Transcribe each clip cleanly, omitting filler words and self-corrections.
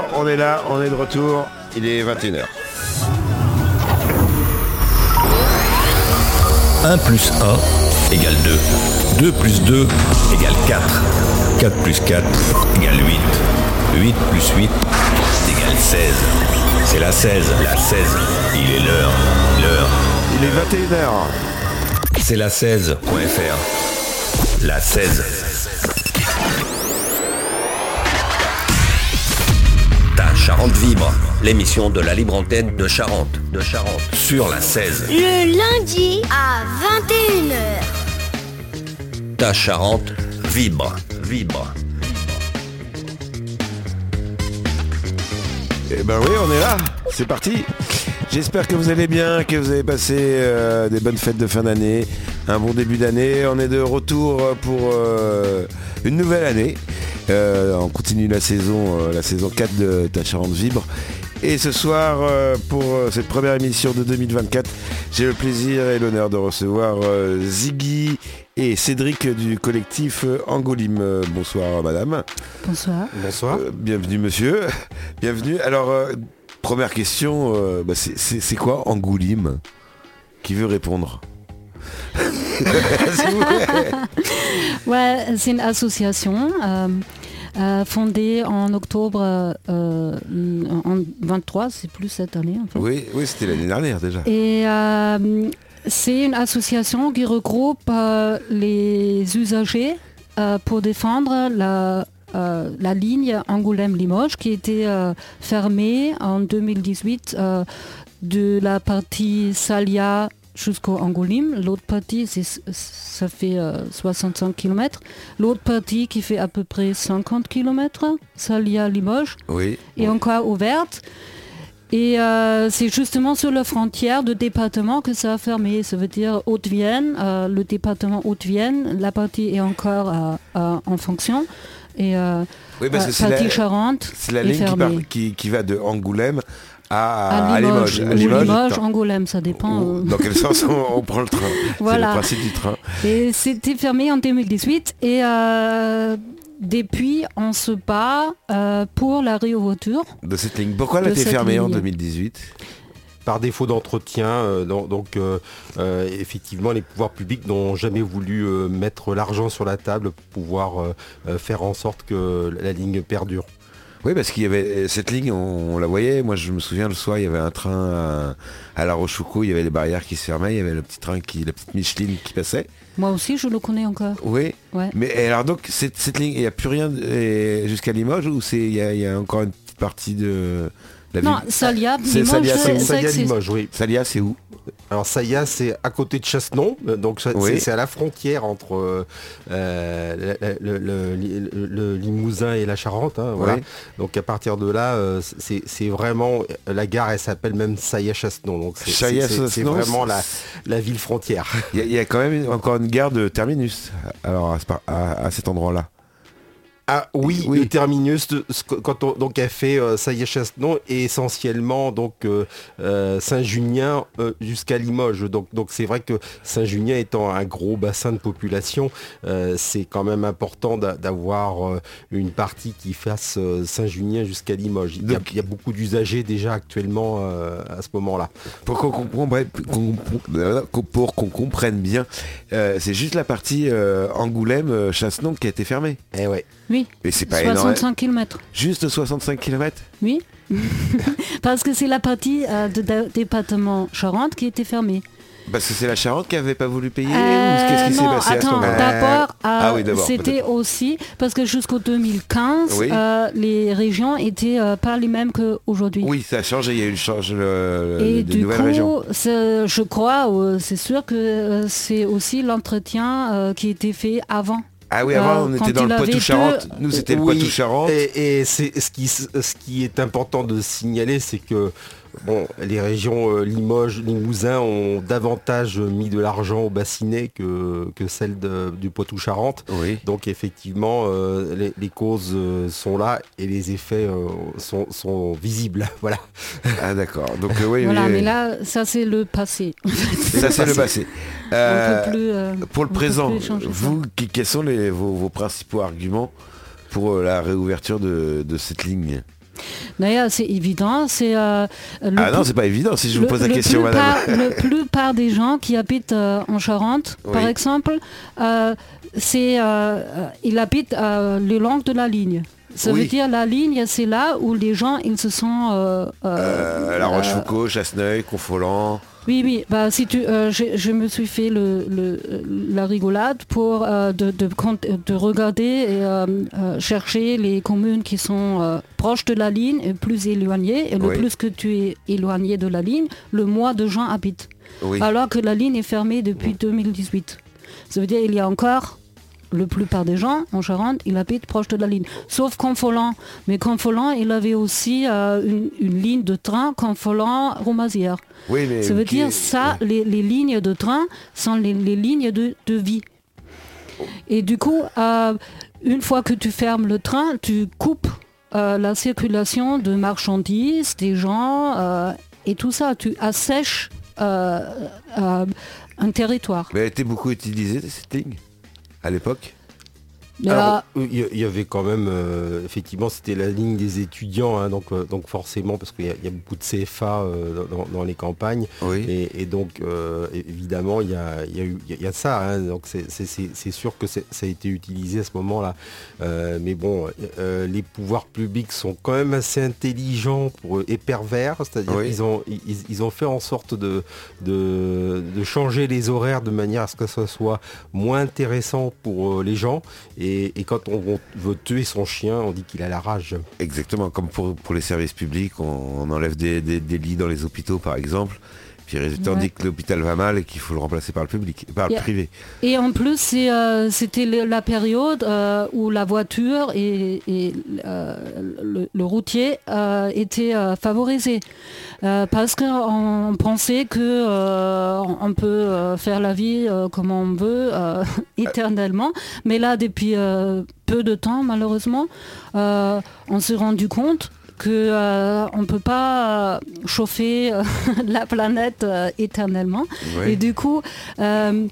On est là, on est de retour. Il est 21h. 1 plus 1 égale 2. 2 plus 2 égale 4. 4 plus 4 égale 8. 8 plus 8 égale 16. C'est la 16. La 16. Il est l'heure. Il est 21h. C'est la 16.fr. La 16. Ta Charente vibre. L'émission de la libre antenne de Charente. Sur la 16. Le lundi à 21h. Ta Charente vibre. Eh ben oui, on est là. C'est parti. J'espère que vous allez bien, que vous avez passé des bonnes fêtes de fin d'année, un bon début d'année. On est de retour pour une nouvelle année. On continue la saison 4 de Ta Charente vibre. Et ce soir, pour cette première émission de 2024, j'ai le plaisir et l'honneur de recevoir Ziggy et Cédric du collectif Angoulême. Bonsoir madame. Bonsoir. Bienvenue monsieur. Bienvenue. Alors, première question, c'est quoi Angoulême ? Qui veut répondre ? S'il vous plaît. Ouais, c'est une association fondée en octobre en 23, c'est plus cette année en fait. Oui, c'était l'année dernière déjà. Et c'est une association qui regroupe les usagers pour défendre la ligne Angoulême-Limoges qui était fermée en 2018 de la partie Salia jusqu'au Angoulême. L'autre partie, ça fait 65 km. L'autre partie qui fait à peu près 50 km, Salia-Limoges, est encore ouverte. Et c'est justement sur la frontière de département que ça a fermé. Ça veut dire Haute-Vienne, le département Haute-Vienne, la partie est encore en fonction. Et partie Charente c'est la est ligne fermée. qui va de Angoulême à Limoges. Limoges, Angoulême, ça dépend. Dans quel sens on prend le train. Voilà. C'est le principe du train. Et c'était fermé en 2018 et depuis on se bat pour la réouverture de cette ligne. Pourquoi elle a été fermée en 2018 ? Par défaut d'entretien, effectivement les pouvoirs publics n'ont jamais voulu mettre l'argent sur la table pour pouvoir faire en sorte que la ligne perdure. Oui, parce qu'il y avait cette ligne, on la voyait. Moi, je me souviens, le soir, il y avait un train à La Rochefoucauld, il y avait les barrières qui se fermaient, il y avait le petit train, la petite Micheline qui passait. Moi aussi, je le connais encore. Oui. Ouais. Mais alors donc, cette ligne, il n'y a plus rien jusqu'à Limoges ou il y a encore une petite partie de la ville ? Non, Salia, c'est Limoges, Limoges, oui. Salia, c'est où ? Alors Salia, c'est à côté de Chassenon, donc c'est à la frontière entre le Limousin et la Charente. Voilà. Donc à partir de là, c'est vraiment la gare, elle s'appelle même Saillat-Chassenon. Donc c'est vraiment la ville frontière. Il y a quand même encore une gare de terminus. Alors à cet endroit-là. Ah oui, le terminus quand on donc a fait Saillat-Chassenon et essentiellement donc Saint-Junien jusqu'à Limoges. Donc c'est vrai que Saint-Junien étant un gros bassin de population, c'est quand même important d'avoir une partie qui fasse Saint-Junien jusqu'à Limoges. Il y a beaucoup d'usagers déjà actuellement à ce moment-là. Pour qu'on comprenne bien, c'est juste la partie Angoulême-Chassenon qui a été fermée. Eh ouais. Oui, mais c'est pas 65 km. Juste 65 km ? Oui, parce que c'est la partie de département Charente qui était fermée. Parce que c'est la Charente qui n'avait pas voulu payer ou qu'est-ce qui s'est passé à ce moment-là ? D'abord, c'était aussi parce que jusqu'au 2015, les régions étaient pas les mêmes qu'aujourd'hui. Oui, ça a changé, il y a eu et de du nouvelles coup, régions. Je crois, c'est sûr que c'est aussi l'entretien qui était fait avant. Ah oui, avant on était dans le Poitou-Charentes. Nous c'était le Poitou-Charentes. Et c'est ce qui est important de signaler, c'est que les régions Limoges, Limousin ont davantage mis de l'argent au bassinet que celles du Poitou-Charentes. Oui. Donc effectivement, les causes sont là et les effets sont visibles. Voilà. Ah d'accord. Donc mais là, ça c'est le passé. Ça c'est le passé. Pour le présent, vous, quels sont vos principaux arguments pour la réouverture de cette ligne ? D'ailleurs, c'est évident. Non, c'est pas évident si je vous pose la question, madame. La plupart des gens qui habitent en Charente, par exemple, ils habitent le long de la ligne. Ça veut dire la ligne, c'est là où les gens ils se sont... La Rochefoucauld, Chasseneuil, Confolens... Oui, si je me suis fait la rigolade pour de regarder et chercher les communes qui sont proches de la ligne et plus éloignées. Et le plus que tu es éloigné de la ligne, le moins de gens habitent. Oui. Alors que la ligne est fermée depuis 2018. Ça veut dire qu'il y a encore... La plupart des gens en Charente, ils habitent proche de la ligne. Sauf Confolens. Mais Confolens, il avait aussi une ligne de train Confolens-Roumazières. Oui, mais ça veut dire ça, les lignes de train sont les lignes de vie. Et du coup, une fois que tu fermes le train, tu coupes la circulation de marchandises, des gens et tout ça. Tu assèches un territoire. Mais elle a été beaucoup utilisée, cette ligne à l'époque? Alors, il y avait quand même, effectivement, c'était la ligne des étudiants, hein, donc forcément, parce qu'il y a beaucoup de CFA dans les campagnes, et donc évidemment, il y a ça, hein, donc c'est sûr que ça a été utilisé à ce moment-là. Mais bon, les pouvoirs publics sont quand même assez intelligents et pervers, c'est-à-dire qu'ils ont fait en sorte de changer les horaires de manière à ce que ça soit moins intéressant pour les gens. Et quand on veut tuer son chien, on dit qu'il a la rage. Exactement, comme pour les services publics, on enlève des lits dans les hôpitaux par exemple, puis résultat on dit que l'hôpital va mal et qu'il faut le remplacer par le public, par le privé. Et en plus, c'était la période où la voiture et le routier étaient favorisés. Parce qu'on pensait qu'on peut faire la vie comme on veut éternellement. Mais là, depuis peu de temps, malheureusement, on s'est rendu compte qu'on ne peut pas chauffer la planète éternellement. Et du coup, il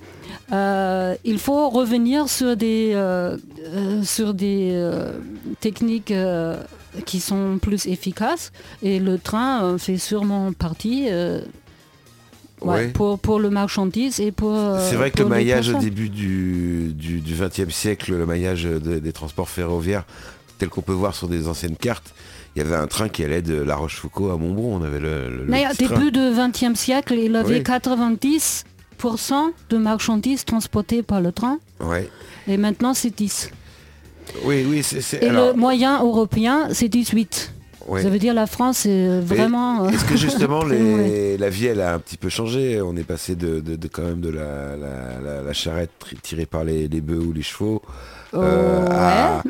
faut revenir sur des techniques qui sont plus efficaces, et le train fait sûrement partie pour le marchandise et pour... C'est vrai que le maillage au début du XXe siècle, le maillage des transports ferroviaires, tel qu'on peut voir sur des anciennes cartes, il y avait un train qui allait de La Rochefoucauld à Montbron, on avait le début du XXe siècle, il avait 90% de marchandises transportées par le train, et maintenant c'est 10%. Oui, le moyen européen, c'est 18%. Ça veut dire la France est vraiment... Est-ce que justement la vie elle a un petit peu changé? On est passé de quand même de la charrette tirée par les bœufs ou les chevaux à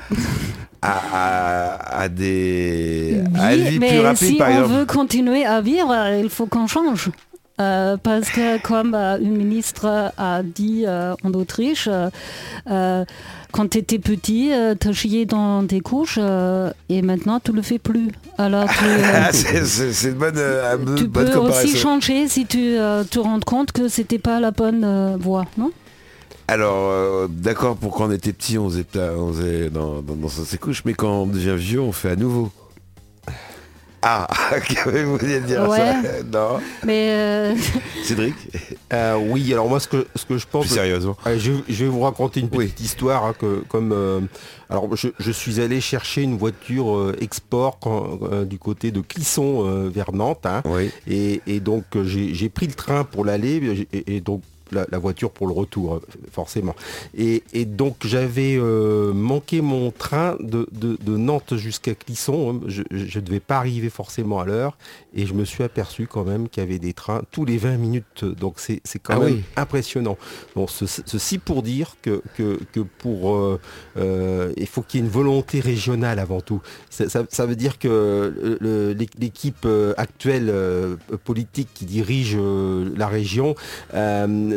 une vie plus rapide, si par exemple. Si on veut continuer à vivre, il faut qu'on change. Parce que comme une ministre a dit en Autriche, quand tu étais petit, tu as chié dans tes couches et maintenant tu le fais plus. Alors c'est une bonne comparaison. Tu peux aussi changer si tu te rends compte que c'était pas la bonne voie, non? Alors, d'accord, pour quand on était petit, on faisait dans ses couches, mais quand on devient vieux, on fait à nouveau. Ah, qu'avez-vous voulu dire ça? Non. Mais Cédric? Oui, alors moi ce que je pense... Plus sérieusement. Je vais vous raconter une petite histoire, hein, alors je suis allé chercher une voiture export du côté de Clisson vers Nantes, hein, et donc j'ai pris le train pour l'aller, et donc la voiture pour le retour, forcément. Et donc j'avais manqué mon train de Nantes jusqu'à Clisson. Je ne devais pas arriver forcément à l'heure, et je me suis aperçu quand même qu'il y avait des trains tous les 20 minutes. Donc c'est quand même impressionnant. Bon, ceci pour dire que pour il faut qu'il y ait une volonté régionale avant tout. Ça veut dire que l'équipe actuelle politique qui dirige la région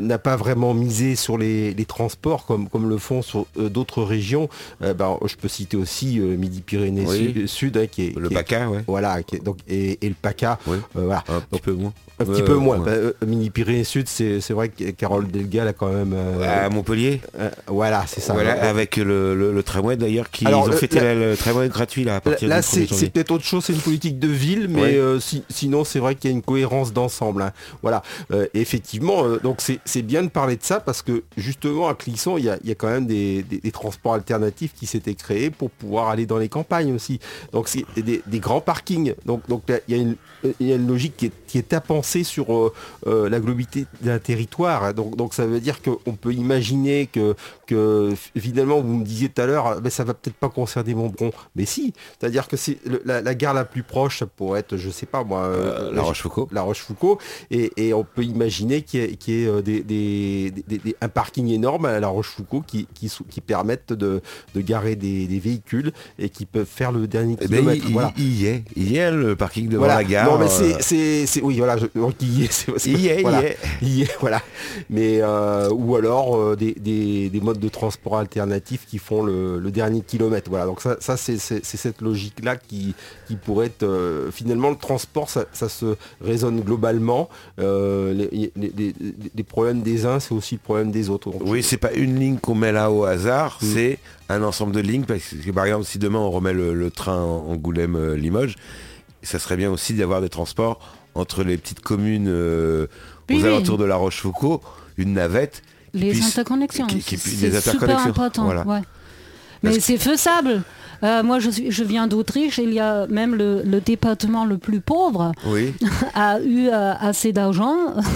n'a pas vraiment misé sur les transports comme le font sur d'autres régions. Je peux citer aussi Midi-Pyrénées Sud, hein, qui est le PACA, voilà, donc et le PACA, voilà. Un peu moins. Un petit peu moins. Midi-Pyrénées Sud, c'est vrai que Carole Delga a quand même... à Montpellier. Voilà, c'est ça. Voilà, avec le tramway d'ailleurs, ils ont fêté le tramway gratuit là, à partir là, du 1er janvier. C'est peut-être autre chose, c'est une politique de ville, mais sinon c'est vrai qu'il y a une cohérence d'ensemble. Hein. Voilà. Effectivement, donc c'est bien de parler de ça parce que justement à Clisson, il y a quand même des transports alternatifs qui s'étaient créés pour pouvoir aller dans les campagnes aussi. Donc c'est des grands parkings. Donc il y a une logique qui est à penser sur la globalité d'un territoire. Donc ça veut dire qu'on peut imaginer que finalement, vous me disiez tout à l'heure, ça va peut-être pas concerner Montbron. Mais si, c'est-à-dire que c'est la gare la plus proche, ça pourrait être, je sais pas moi, La Rochefoucauld. La Rochefoucauld. Et on peut imaginer qu'il y ait un parking énorme à la Rochefoucauld qui permettent de garer des véhicules et qui peuvent faire le dernier kilomètre. Il y a le parking devant la gare. Non, mais oui, voilà. Donc il y est, voilà. Mais ou alors des modes de transport alternatifs qui font le dernier kilomètre. Voilà. Donc ça c'est cette logique-là qui pourrait être finalement le transport, ça se raisonne globalement. Les problèmes des uns, c'est aussi le problème des autres. Donc, c'est pas une ligne qu'on met là au hasard, c'est un ensemble de lignes. Parce que par exemple, si demain on remet le train Angoulême-Limoges, ça serait bien aussi d'avoir des transports entre les petites communes aux alentours de la Rochefoucauld, une navette. Les interconnexions. C'est super important. Voilà. Ouais. Mais c'est faisable. Moi, je viens d'Autriche. Il y a même le département le plus pauvre a eu assez d'argent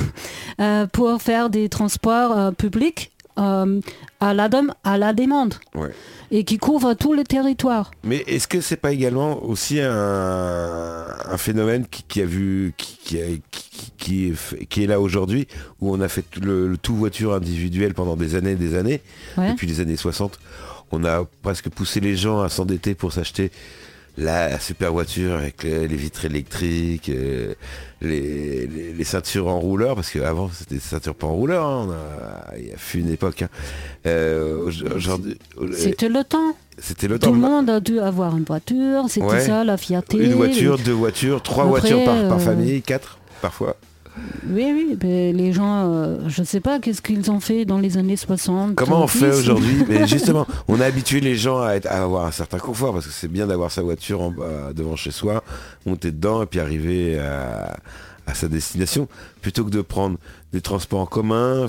pour faire des transports publics à la demande. Ouais. Et qui couvre tout le territoire. Mais est-ce que c'est pas également aussi un phénomène qui est là aujourd'hui, où on a fait le tout voiture individuelle pendant des années, depuis les années 60, on a presque poussé les gens à s'endetter pour s'acheter la super voiture avec les vitres électriques, les ceintures en rouleur, parce qu'avant c'était des ceintures pas en rouleur, hein, il y a eu une époque. Hein. Aujourd'hui, c'était le temps. Tout le monde a dû avoir une voiture, c'était ça la fierté. Une voiture, 2 voitures, 3 voitures par famille, 4 parfois. Oui, mais les gens, je ne sais pas, qu'est-ce qu'ils ont fait dans les années 60. Comment on fait aujourd'hui? Mais justement, on a habitué les gens à avoir un certain confort, parce que c'est bien d'avoir sa voiture devant chez soi, monter dedans et puis arriver à sa destination, plutôt que de prendre des transports en commun,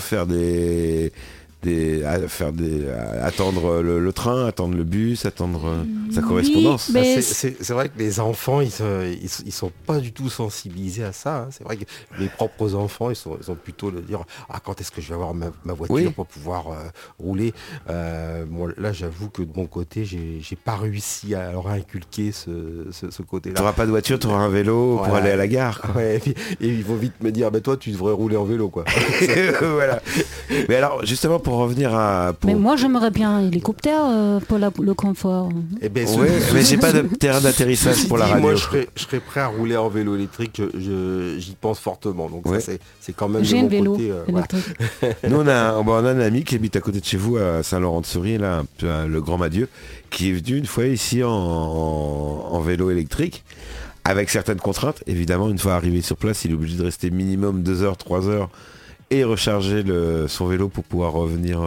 attendre le train, attendre le bus, attendre sa correspondance. Mais c'est vrai que les enfants, ils sont pas du tout sensibilisés à ça. Hein. C'est vrai que mes propres enfants, ils ont plutôt de dire quand est-ce que je vais avoir ma voiture pour pouvoir rouler. Moi, là, j'avoue que de mon côté, j'ai pas réussi à leur inculquer ce côté-là. Tu n'auras pas de voiture, tu auras un vélo pour aller à la gare. Ouais, et ils vont vite me dire, toi, tu devrais rouler en vélo, quoi. Voilà. Mais alors, justement, pour revenir à... Mais moi, j'aimerais bien un hélicoptère pour le confort. Mais j'ai pas de terrain d'atterrissage pour la radio. Moi, je serais prêt à rouler en vélo électrique. J'y pense fortement. Donc ça, c'est quand même j'ai de mon vélo côté. électrique. Nous, on a un ami qui habite à côté de chez vous, à Saint-Laurent-de-Souris, là, le Grand Madieu, qui est venu une fois ici en vélo électrique, avec certaines contraintes. Évidemment, une fois arrivé sur place, il est obligé de rester minimum 2 heures, 3 heures et recharger son vélo pour pouvoir revenir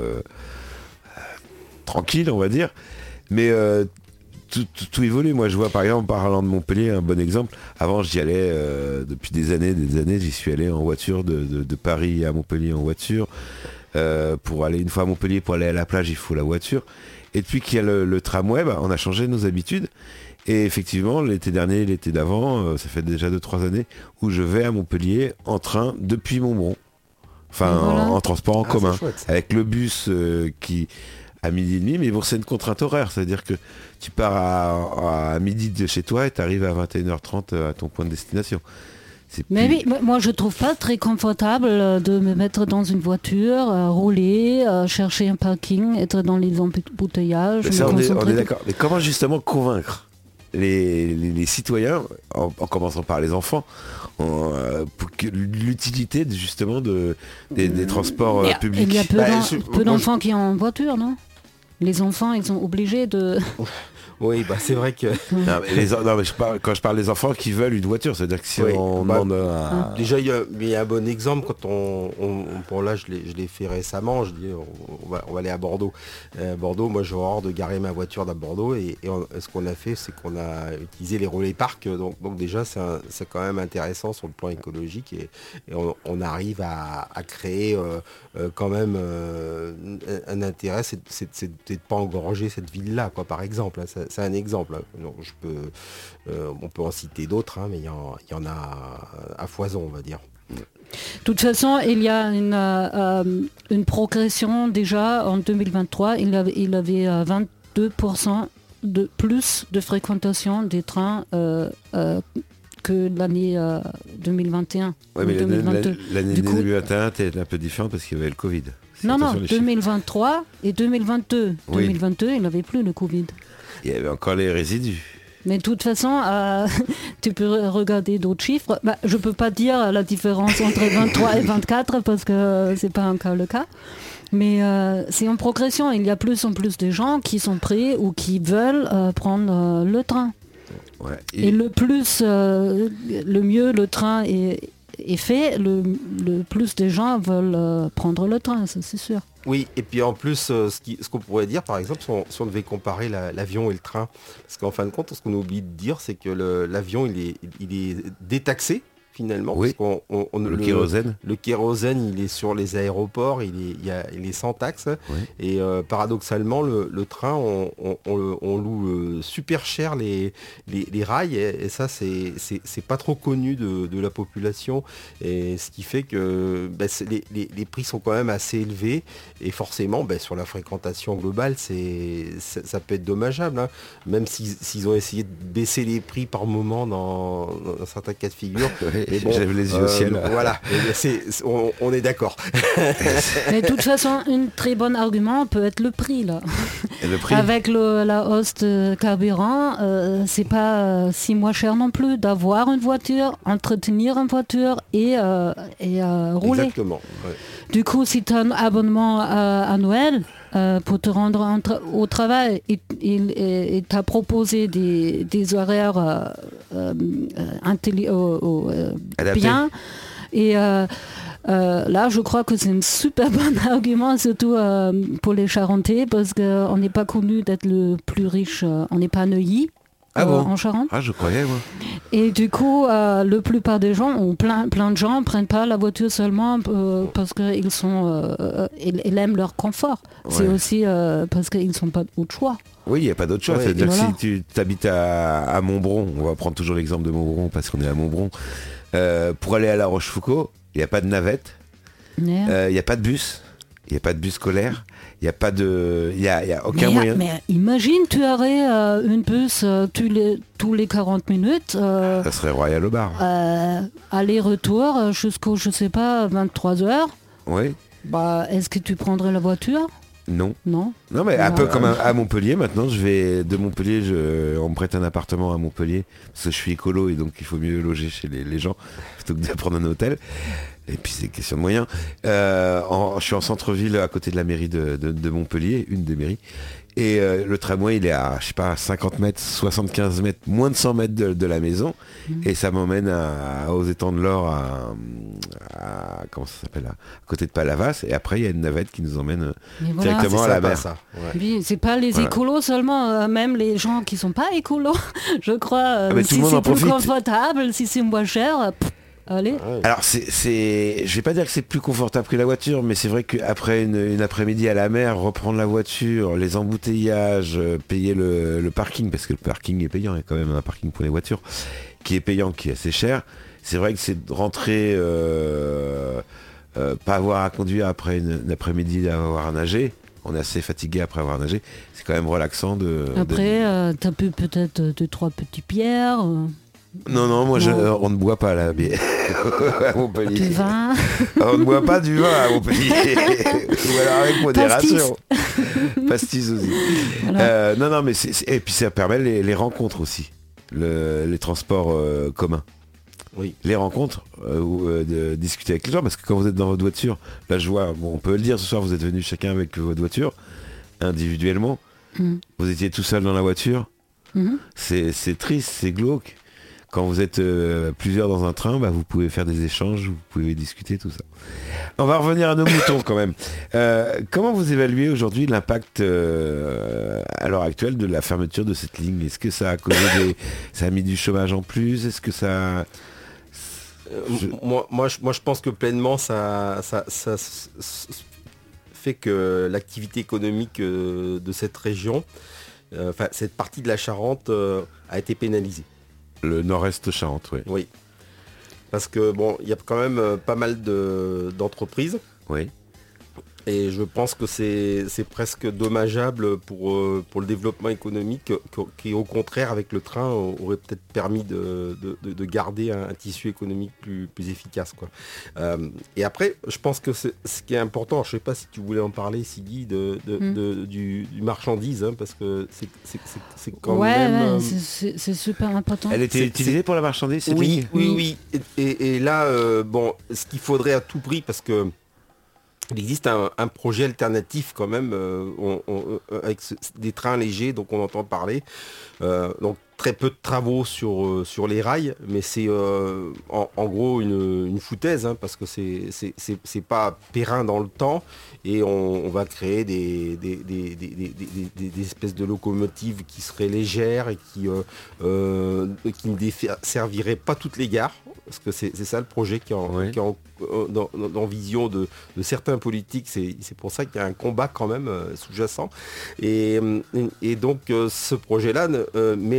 tranquille, on va dire. Mais tout évolue. Moi, je vois par exemple, en parlant de Montpellier, un bon exemple. Avant, j'y allais depuis des années, j'y suis allé en voiture de Paris à Montpellier en voiture. Pour aller une fois à Montpellier, pour aller à la plage, il faut la voiture. Et depuis qu'il y a le tramway, on a changé nos habitudes. Et effectivement, l'été dernier, l'été d'avant, ça fait déjà 2-3 années, où je vais à Montpellier en train depuis Montbron. Enfin, en transport en commun. Avec le bus qui à 12h30, mais bon, c'est une contrainte horaire. C'est-à-dire que tu pars à midi de chez toi et tu arrives à 21h30 à ton point de destination. Mais oui, moi je trouve pas très confortable de me mettre dans une voiture, rouler, chercher un parking, être dans les embouteillages. On est d'accord. Mais comment justement convaincre les citoyens, en commençant par les enfants, pour que l'utilité justement des transports publics. Il y a peu d'enfants qui ont en voiture, non ? Les enfants, ils sont obligés de... Oui, c'est vrai que... quand je parle des enfants qui veulent une voiture, c'est-à-dire que si on demande à... Déjà, il y a un bon exemple, quand bon, là, je l'ai fait récemment, je dis, on va aller à Bordeaux. Bordeaux, moi, j'ai horreur de garer ma voiture à Bordeaux, et ce qu'on a fait, c'est qu'on a utilisé les relais parcs, donc déjà, c'est quand même intéressant sur le plan écologique, et on arrive à créer quand même un intérêt, c'est de ne pas engorger cette ville-là, quoi, par exemple. C'est un exemple. Donc, on peut en citer d'autres, mais il y en a à foison, on va dire. De toute façon, il y a une progression déjà en 2023. Il avait 22% de plus de fréquentation des trains que l'année 2021. Oui, mais l'année 2021 était un peu différente parce qu'il y avait le Covid. Non, 2023 et 2022. Oui. 2022, il n'avait plus le Covid. Il y avait encore les résidus. Mais de toute façon, tu peux regarder d'autres chiffres. Je ne peux pas dire la différence entre 23 et 24 parce que ce n'est pas encore le cas. Mais c'est en progression. Il y a plus en plus de gens qui sont prêts ou qui veulent prendre le train. Ouais. Et le mieux le train est fait, le plus de gens veulent prendre le train, ça c'est sûr. Oui, et puis en plus, ce qu'on pourrait dire, par exemple, si on devait comparer l'avion et le train, parce qu'en fin de compte, ce qu'on oublie de dire, c'est que l'avion, il est détaxé, finalement. Oui, parce le kérosène. Le kérosène, il est sur les aéroports, il est sans taxe. Oui. Et paradoxalement, le train, on loue super cher les rails, et ça, c'est pas trop connu de la population. Et ce qui fait que les prix sont quand même assez élevés. Et forcément, sur la fréquentation globale, ça peut être dommageable. Hein. Même s'ils ont essayé de baisser les prix par moment dans certains cas de figure. Oui, bon, j'avais les yeux au ciel. Voilà, on est d'accord. Mais de toute façon, un très bon argument peut être le prix. Là. Et le prix avec la hausse de carburant, c'est pas si moins cher non plus d'avoir une voiture, entretenir une voiture et rouler. Exactement. Ouais. Du coup, si tu as un abonnement annuel pour te rendre au travail et tu as proposé des horaires bien, et là, je crois que c'est un super bon argument, surtout pour les Charentais, parce qu'on n'est pas connu d'être le plus riche, on n'est pas Neuilly. En Charente. Ah, je croyais, moi. Et du coup, la plupart des gens, ou plein de gens, ne prennent pas la voiture seulement parce qu'ils ils aiment leur confort. Ouais. C'est aussi parce qu'ils n'ont pas d'autre choix. Oui, il n'y a pas d'autre choix. Ouais, c'est-à-dire que si tu habites à Montbron, on va prendre toujours l'exemple de Montbron parce qu'on est à Montbron, pour aller à La Rochefoucauld, il n'y a pas de navette, il n'y a pas de bus, il n'y a pas de bus scolaire. Il n'y a aucun moyen. Mais imagine, tu aurais une bus tous les 40 minutes. Ça serait Royal au bar. Aller-retour jusqu'au, 23 heures. Oui. Est-ce que tu prendrais la voiture ? Non. Non, mais un peu comme à Montpellier. Maintenant, je vais de Montpellier, on me prête un appartement à Montpellier parce que je suis écolo et donc il faut mieux loger chez les gens plutôt que de prendre un hôtel. Et puis c'est question de moyens. Je suis en centre-ville à côté de la mairie de Montpellier, une des mairies. Et le tramway, il est à, 50 mètres, 75 mètres, moins de 100 mètres de la maison. Et ça m'emmène aux étangs de l'Or, à comment ça s'appelle, à côté de Palavas. Et après, il y a une navette qui nous emmène directement à la mer. Ça. Ouais. Oui, c'est pas les écolos seulement, même les gens qui sont pas écolos, je crois. Si c'est plus confortable, si c'est moins cher... Allez. Alors je vais pas dire que c'est plus confortable que la voiture, mais c'est vrai qu'après une après-midi à la mer, reprendre la voiture, les embouteillages, payer le parking, parce que le parking est payant, il y a quand même un parking pour les voitures qui est payant, qui est assez cher. C'est vrai que c'est de rentrer, pas avoir à conduire après une après-midi d'avoir nagé. On est assez fatigué après avoir nagé. C'est quand même relaxant Après, t'as pu peut-être 2-3 petites pierres. Non, moi on ne boit pas la bière à Montpellier. Du vin. On ne boit pas du vin à Montpellier. Ou alors avec modération. Pastis aussi. Voilà. Non, mais et puis ça permet les rencontres aussi. les transports communs. Oui. Les rencontres, de discuter avec les gens, parce que quand vous êtes dans votre voiture, là je vois, on peut le dire, ce soir vous êtes venus chacun avec votre voiture, individuellement, vous étiez tout seul dans la voiture, c'est triste, c'est glauque. Quand vous êtes plusieurs dans un train, vous pouvez faire des échanges, vous pouvez discuter, tout ça. On va revenir à nos moutons quand même. Comment vous évaluez aujourd'hui l'impact à l'heure actuelle de la fermeture de cette ligne? Est-ce que ça a causé ça a mis du chômage en plus? Est-ce que ça... Moi, je pense que pleinement ça fait que l'activité économique de cette région, cette partie de la Charente a été pénalisée. Le nord-est Charente, oui. Oui. Parce que il y a quand même pas mal d'entreprises. Oui. Et je pense que c'est presque dommageable pour le développement économique qui au contraire avec le train aurait peut-être permis de garder un tissu économique plus efficace, quoi. Et après je pense que ce qui est important, je ne sais pas si tu voulais en parler, Sylvie, du marchandise, parce que c'est quand même... c'est super important. Elle était utilisée pour la marchandise, cette ligne ? Oui. Et là, ce qu'il faudrait à tout prix, parce que il existe un projet alternatif quand même avec des trains légers, donc on entend parler. Donc très peu de travaux sur les rails, mais c'est en gros une foutaise, parce que c'est pas périn dans le temps, et on va créer des espèces de locomotives qui seraient légères et qui ne desserviraient pas toutes les gares, parce que c'est ça le projet qui est en vision de certains politiques. C'est pour ça qu'il y a un combat quand même sous-jacent, et donc ce projet-là met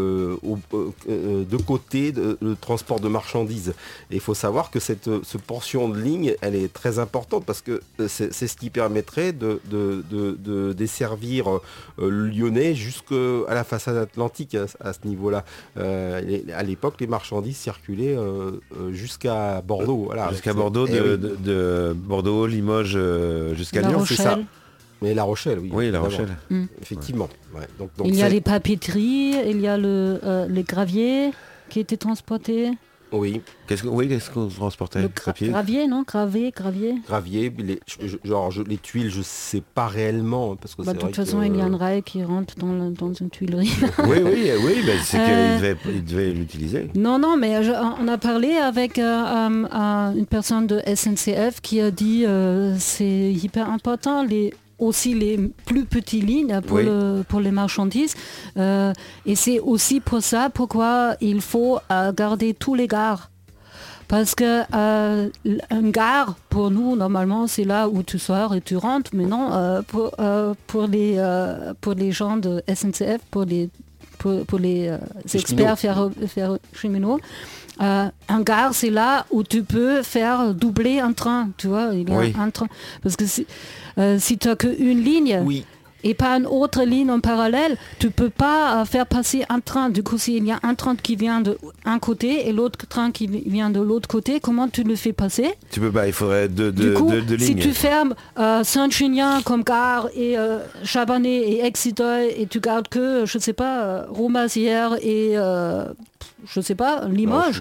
de côté le transport de marchandises. Et il faut savoir que cette portion de ligne, elle est très importante, parce que c'est ce qui permettrait de desservir le Lyonnais jusqu'à la façade atlantique à ce niveau-là. À l'époque, les marchandises circulaient jusqu'à Bordeaux. Voilà, jusqu'à Bordeaux, de Bordeaux, Limoges, jusqu'à Lyon, c'est ça. Mais La Rochelle, oui. Oui, La Rochelle. Effectivement. Ouais, donc il y a les papeteries, il y a les graviers qui étaient transportés. Oui. Qu'est-ce qu'on transportait? Gravier, non? Gravier. Gravier, les tuiles, je sais pas réellement. Parce que de toute façon, il y a un rail qui rentre dans une tuilerie. oui, c'est qu'il devait l'utiliser. Non, mais on a parlé avec une personne de SNCF qui a dit c'est hyper important, aussi les plus petites lignes pour les marchandises. Et c'est aussi pour ça pourquoi il faut garder tous les gares. Parce que une gare, pour nous, normalement, c'est là où tu sors et tu rentres. Mais non, pour les gens de SNCF, pour les experts cheminots, un gare, c'est là où tu peux faire doubler un train, tu vois, il y a un train. Parce que si tu n'as qu'une ligne et pas une autre ligne en parallèle, tu peux pas faire passer un train. Du coup, s'il y a un train qui vient d'un côté et l'autre train qui vient de l'autre côté, comment tu le fais passer? Tu peux pas, il faudrait deux lignes. Si tu fermes Saint-Junien comme gare et Chabanais et Exeter et tu gardes que, je sais pas, Roumazières et je sais pas, Limoges,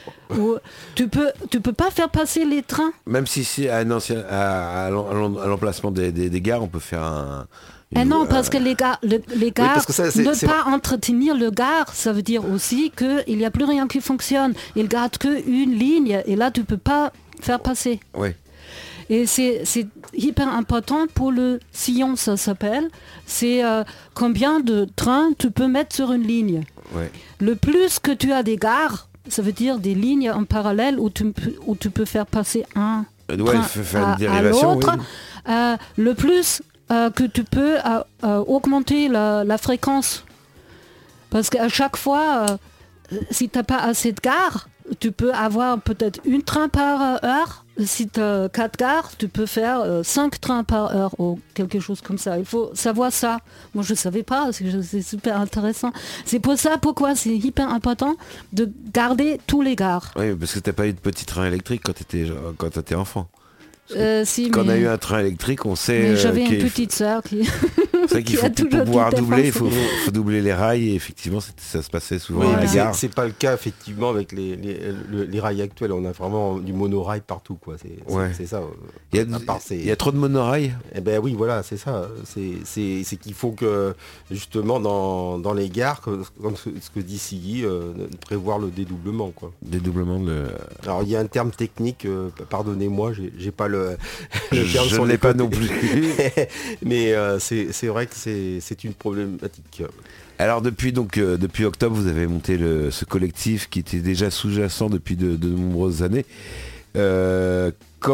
tu peux pas faire passer les trains. Même si à l'emplacement des gares, on peut faire non, parce que les gares, ne pas entretenir le gare, ça veut dire aussi qu'il n'y a plus rien qui fonctionne. Ils gardent qu'une ligne et là, tu peux pas faire passer. Oui. Et c'est hyper important pour le sillon, ça s'appelle. C'est combien de trains tu peux mettre sur une ligne. Ouais. Le plus que tu as des gares, ça veut dire des lignes en parallèle où tu peux faire passer un train à l'autre. Oui. Le plus que tu peux augmenter la fréquence. Parce qu'à chaque fois, si tu n'as pas assez de gares, tu peux avoir peut-être une train par heure. Si tu as 4 gares, tu peux faire 5 trains par heure ou quelque chose comme ça. Il faut savoir ça. Moi, je ne savais pas, c'est super intéressant. C'est pour ça pourquoi c'est hyper important de garder tous les gares. Oui, parce que tu n'as pas eu de petit train électrique quand tu étais enfant. Si, quand on a eu un train électrique, on sait... Mais j'avais une petite sœur qui... C'est vrai qu'il Qui a faut pour toujours pouvoir dit doubler, il défense. faut doubler les rails et effectivement ça se passait souvent Oui, à la mais gare. c'est pas le cas effectivement avec les rails actuels. On a vraiment du monorail partout, quoi. C'est ça. Il y, À part il y a trop de monorails. Eh ben oui, voilà, c'est ça. C'est qu'il faut que justement dans les gares, comme ce que dit Siggy, prévoir le dédoublement, quoi. Dédoublement de... Alors il y a un terme technique, pardonnez-moi, j'ai pas le terme Je sur ne les l'ai pas côtés. non plus. Mais c'est vrai que c'est une problématique. Alors depuis octobre, vous avez monté ce collectif qui était déjà sous-jacent depuis de nombreuses années. Est-ce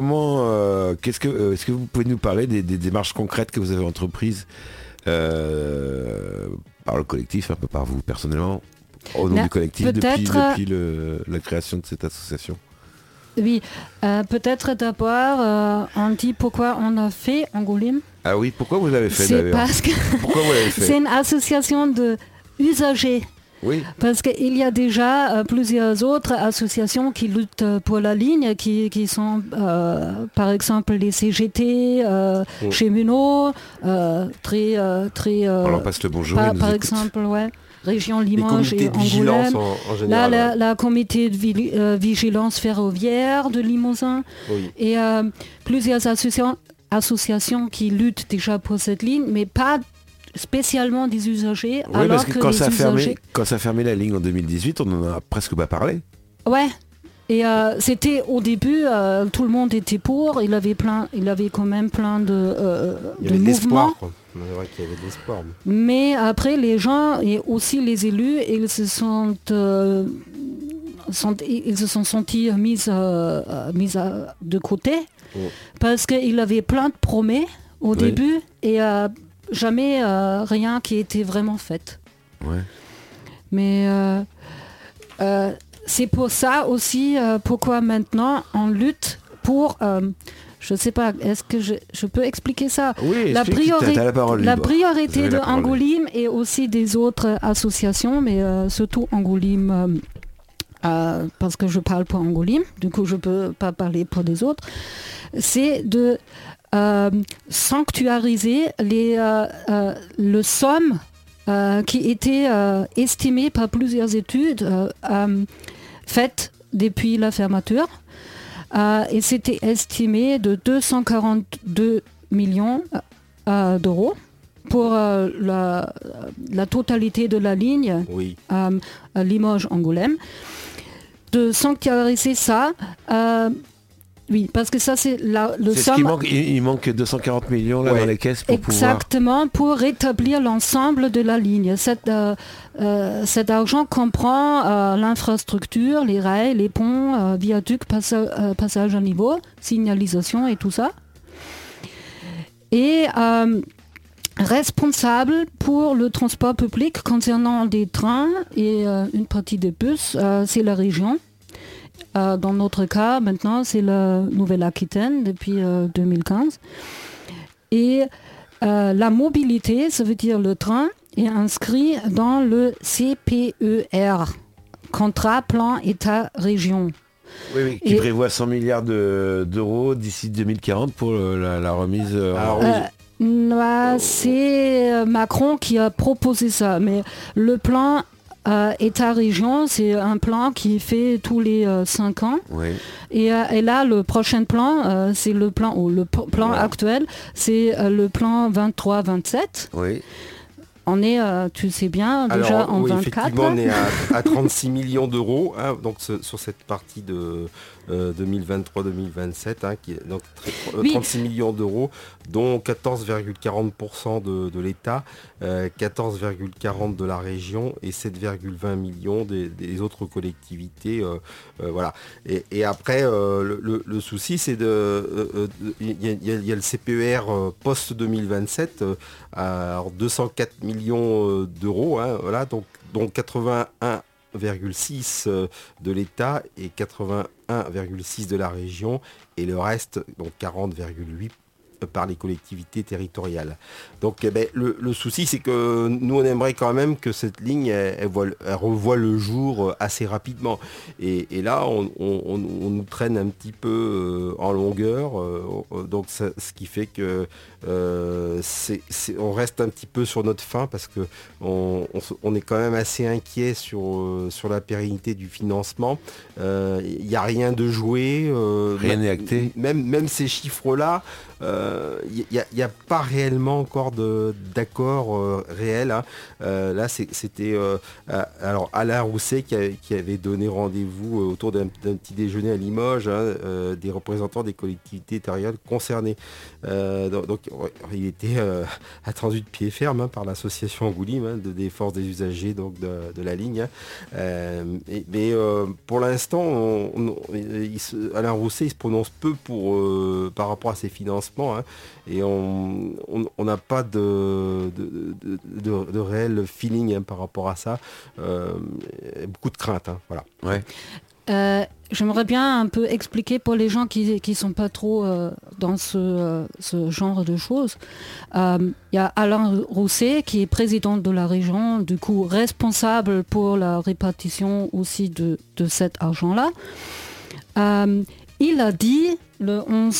que vous pouvez nous parler des démarches concrètes que vous avez entreprises par le collectif, un peu par vous personnellement, au nom Là, du collectif depuis peut-être, la création de cette association? Oui, peut-être d'abord, on dit pourquoi on a fait Angoulême. Ah oui, pourquoi vous l'avez fait C'est d'ailleurs? parce que Pourquoi vous l'avez c'est fait? une association de usagers. Oui. Parce qu'il y a déjà plusieurs autres associations qui luttent pour la ligne, qui sont par exemple les CGT, cheminots, très... On leur passe le bonjour. ils nous par écoutent. exemple, ouais, région Les Limoges comités et de vigilance Angoulême. en général. Là, la comité de vigilance ferroviaire de Limousin Oui. et plusieurs associations qui luttent déjà pour cette ligne, mais pas spécialement des usagers. Oui, alors parce que quand les ça usagers... a fermé la ligne en 2018, on en a presque pas parlé. Ouais. Et c'était au début, tout le monde était pour. Il avait quand même plein de Il y avait de mouvements. l'espoir, quoi. C'est vrai qu'il y avait de l'espoir. Mais après, les gens et aussi les élus, ils se sont sentis mis de côté parce qu'il avait plein de promesses au début et jamais rien qui était vraiment fait. Ouais. Mais c'est pour ça aussi pourquoi maintenant on lutte pour... je sais pas, est-ce que je peux expliquer ça? Oui, La t'as la parole libre. Vous priorité avez de la parole. Angoulême et aussi des autres associations, mais surtout Angoulême, parce que je parle pour Angoulême, du coup je peux pas parler pour des autres, c'est de sanctuariser le somme qui était estimé par plusieurs études faites depuis la fermeture. Et c'était estimé de 242 millions d'euros pour la totalité de la ligne Oui. Limoges-Angoulême. De sanctuariser ça, oui, parce que ça c'est le C'est ce somme... qui manque, il manque 240 millions là, dans les caisses pour Exactement, pour rétablir l'ensemble de la ligne. Cet argent comprend l'infrastructure, les rails, les ponts, viaducs, passage à niveau, signalisation et tout ça. Et responsable pour le transport public concernant des trains et une partie des bus, c'est la région. Dans notre cas, maintenant, c'est la Nouvelle-Aquitaine depuis 2015. Et la mobilité, ça veut dire le train, est inscrit dans le CPER, Contrat Plan État-Région. Oui, qui prévoit 100 milliards d'euros d'ici 2040 pour la remise. C'est Macron qui a proposé ça, mais le plan État-région, c'est un plan qui est fait tous les 5 ans. Oui. Et là, le prochain plan, c'est le plan, ou le plan actuel, c'est le plan 23-27. Oui. On est, tu sais bien, déjà en 24. Effectivement, on est à 36 millions d'euros, hein, donc sur cette partie de 2023-2027, hein, qui est donc 36 millions d'euros, dont 14,40% de l'État, 14,40% de la région et 7,20 millions des autres collectivités. Voilà. Et après, le souci, c'est il y a le CPER post-2027 à 204 millions d'euros, hein, voilà, donc 81,6 de l'État et 81,6 de la région, et le reste, donc 40,8 par les collectivités territoriales. Donc le souci, c'est que nous, on aimerait quand même que cette ligne, elle revoie le jour assez rapidement. Et là, on nous traîne un petit peu en longueur. Donc ce qui fait que on reste un petit peu sur notre faim parce que on est quand même assez inquiet sur la pérennité du financement. Il n'y a rien de joué. Rien n'est acté. Même ces chiffres-là, il n'y a pas réellement encore d'accord réel. Hein. Là, c'était alors Alain Rousset qui avait donné rendez-vous autour d'un petit déjeuner à Limoges, des représentants des collectivités territoriales concernées. Donc il était attendu de pied ferme par l'association Angoulême des forces des usagers donc de la ligne. Mais pour l'instant, Alain Rousset il se prononce peu par rapport à ses financements. Et on n'a pas de réel feeling par rapport à ça. Beaucoup de crainte. Voilà. Ouais. J'aimerais bien un peu expliquer pour les gens qui sont pas trop dans ce genre de choses. Il y a Alain Rousset qui est président de la région, du coup responsable pour la répartition aussi de cet argent-là. Il a dit le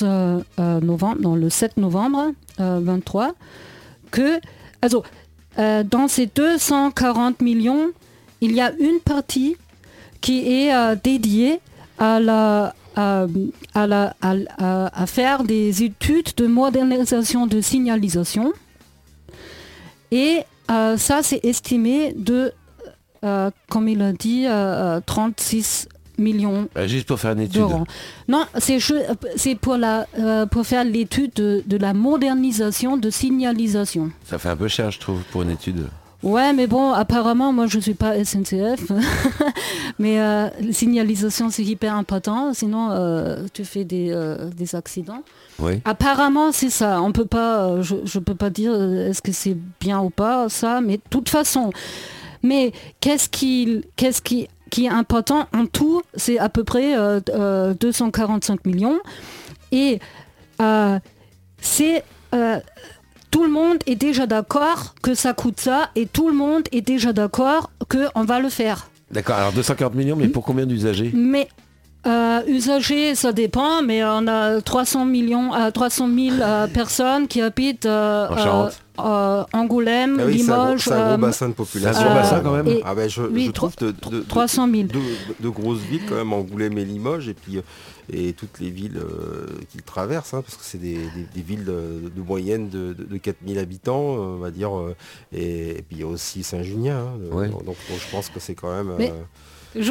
7 novembre 23 que dans ces 240 millions, il y a une partie qui est dédiée à faire des études de modernisation de signalisation. Et ça, c'est estimé de, comme il a dit, 36 millions juste pour faire une étude. d'euros. Non, c'est pour faire l'étude de la modernisation de signalisation. Ça fait un peu cher, je trouve, pour une étude. Ouais, mais bon, apparemment, moi, je suis pas SNCF. Mais la signalisation, c'est hyper important. Sinon, tu fais des accidents. Oui. Apparemment, c'est ça. On peut pas, je peux pas dire est-ce que c'est bien ou pas, ça. Mais de toute façon. Mais qu'est-ce qui est important en tout, c'est à peu près 245 millions. Et c'est... tout le monde est déjà d'accord que ça coûte ça et tout le monde est déjà d'accord qu'on va le faire. D'accord, alors 240 millions, mais pour combien d'usagers ? Mais usagers, ça dépend, mais on a 300 000 personnes qui habitent Angoulême, Limoges. C'est un gros bassin de population. C'est un gros bassin quand même. Je trouve 300 000. De grosses villes quand même, Angoulême et Limoges, et puis et toutes les villes qu'ils traversent, parce que c'est des villes de moyenne de 4000 habitants, on va dire, et puis il y a aussi Saint-Junien. Ouais. Donc je pense que c'est quand même... Je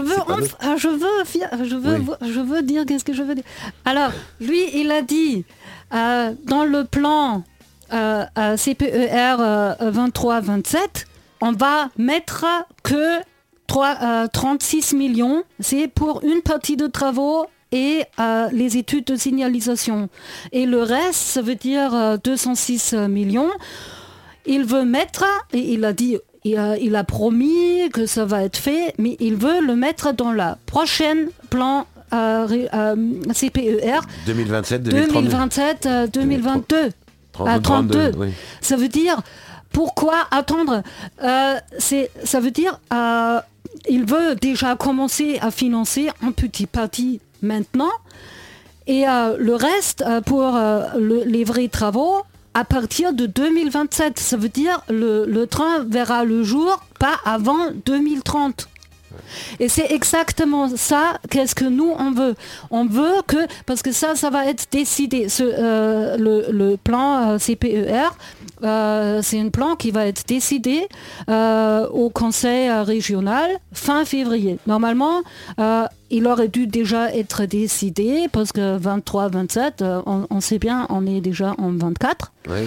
veux dire qu'est-ce que je veux dire. Alors, lui, il a dit dans le plan CPER 23-27, on va mettre que 36 millions, c'est pour une partie de travaux et les études de signalisation. Et le reste, ça veut dire 206 millions. Il veut mettre, et il a dit... Il a promis que ça va être fait, mais il veut le mettre dans la prochaine plan CPER 2027-2022. 32. Oui. Ça veut dire, pourquoi attendre ça veut dire, il veut déjà commencer à financer en petit partie maintenant, et le reste pour les vrais travaux, à partir de 2027, ça veut dire le train verra le jour pas avant 2030. Et c'est exactement ça, qu'est-ce que nous on veut. On veut que, parce que ça va être décidé, le plan CPER, c'est un plan qui va être décidé au conseil régional fin février. Normalement, il aurait dû déjà être décidé, parce que 23-27, on sait bien, on est déjà en 24. Oui.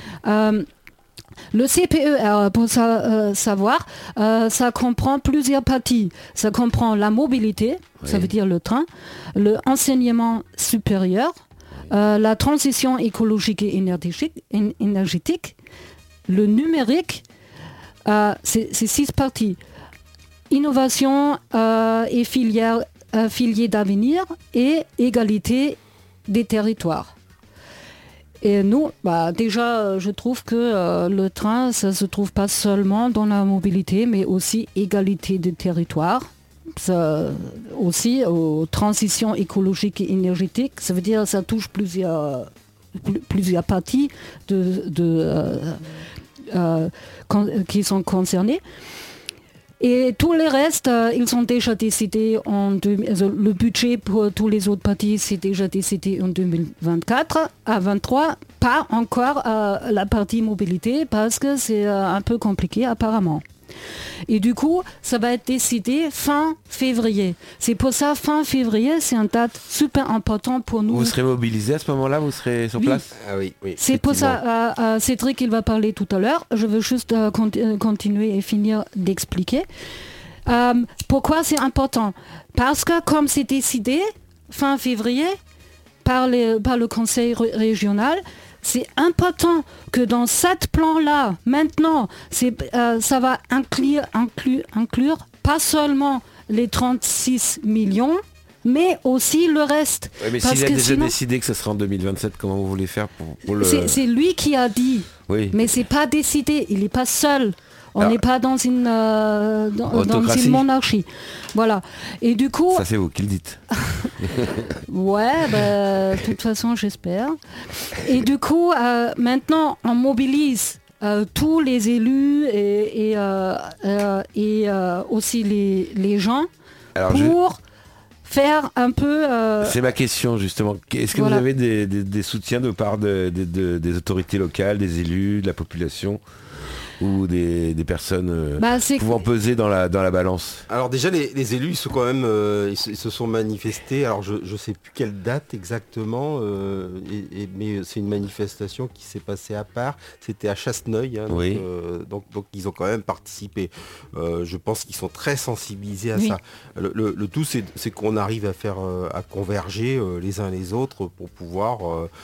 Le CPER, pour savoir, ça comprend plusieurs parties. Ça comprend la mobilité, ça veut dire le train, le enseignement supérieur, la transition écologique et énergétique, le numérique, c'est 6 parties. Innovation et filières d'avenir et égalité des territoires. Et nous, déjà, je trouve que le train, ça se trouve pas seulement dans la mobilité, mais aussi égalité de territoire. Ça, aussi aux transitions écologiques et énergétiques. Ça veut dire que ça touche plusieurs parties qui sont concernées. Et tous les restes, ils sont déjà décidés le budget pour tous les autres partis, c'est déjà décidé en 2024 à 23. Pas encore la partie mobilité parce que c'est un peu compliqué apparemment. Et du coup, ça va être décidé fin février. C'est pour ça, fin février, c'est une date super importante pour nous. Vous serez mobilisés à ce moment-là? Vous serez sur place? Ah oui, c'est pour ça, Cédric, il va parler tout à l'heure. Je veux juste continuer et finir d'expliquer. Pourquoi c'est important? Parce que comme c'est décidé, fin février, par le conseil régional, c'est important que dans cette plan-là, maintenant, ça va inclure pas seulement les 36 millions, mais aussi le reste. Ouais, mais s'il a déjà décidé que ce sera en 2027, comment vous voulez faire pour le... C'est lui qui a dit, oui. Mais c'est pas décidé, il n'est pas seul. On n'est pas dans une monarchie. Voilà. Et du coup... Ça, c'est vous qui le dites. Ouais, de toute façon, j'espère. Et du coup, maintenant, on mobilise tous les élus et aussi les gens pour faire un peu... C'est ma question, justement. Est-ce que vous avez des soutiens de part des autorités locales, des élus, de la population ou des personnes pouvant peser dans la balance? Alors déjà les élus ils sont quand même ils se sont manifestés. Alors je sais plus quelle date exactement, mais c'est une manifestation qui s'est passée à part. C'était à Chasseneuil, hein, oui. donc ils ont quand même participé. Je pense qu'ils sont très sensibilisés à ça. Le tout c'est qu'on arrive à converger les uns les autres pour pouvoir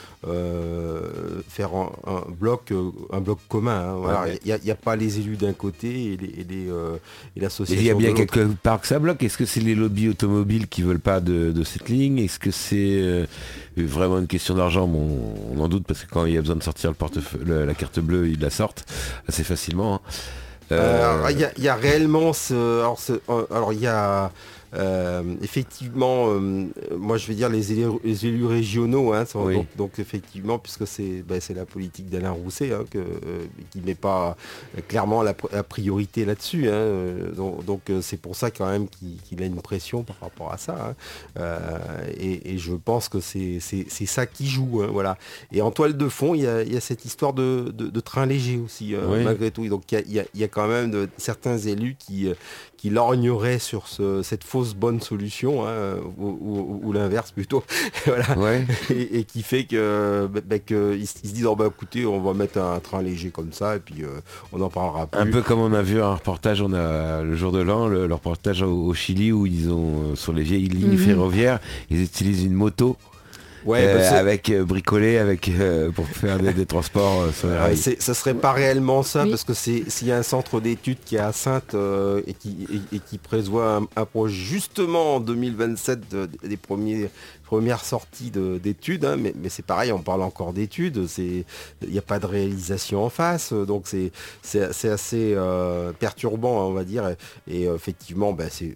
faire un bloc commun. Hein, voilà. Il n'y a pas les élus d'un côté et l'association. Il y a bien quelque part que ça bloque. Est-ce que c'est les lobbies automobiles qui veulent pas de cette ligne? Est-ce que c'est vraiment une question d'argent? Bon, on en doute parce que quand il y a besoin de sortir la carte bleue, ils la sortent assez facilement. Il y a réellement alors il y a effectivement, moi je vais dire les élus régionaux, hein, oui. donc effectivement, puisque c'est la politique d'Alain Rousset hein, qui met pas clairement la priorité là-dessus. Hein, donc c'est pour ça quand même qu'il a une pression par rapport à ça. Hein, et je pense que c'est ça qui joue. Hein, voilà. Et en toile de fond, il y a cette histoire de train léger aussi, oui. malgré tout. Donc il y a quand même certains élus qui lorgneraient sur cette fausse bonne solution, hein, ou l'inverse plutôt, voilà. Ouais. Et qui fait que ils se disent écoutez, on va mettre un train léger comme ça et puis on n'en parlera plus. Un peu comme on a vu un reportage, on a le jour de l'an, le reportage au Chili où ils ont sur les vieilles lignes ferroviaires, ils utilisent une moto. Ouais, avec bricolé pour faire des transports sur les rails. Ça serait pas réellement ça, parce que s'il y a un centre d'études qui est à Saintes et qui prévoit un projet justement en 2027 des premières sorties d'études, hein, mais c'est pareil, on parle encore d'études, il n'y a pas de réalisation en face, donc c'est assez perturbant, on va dire, et effectivement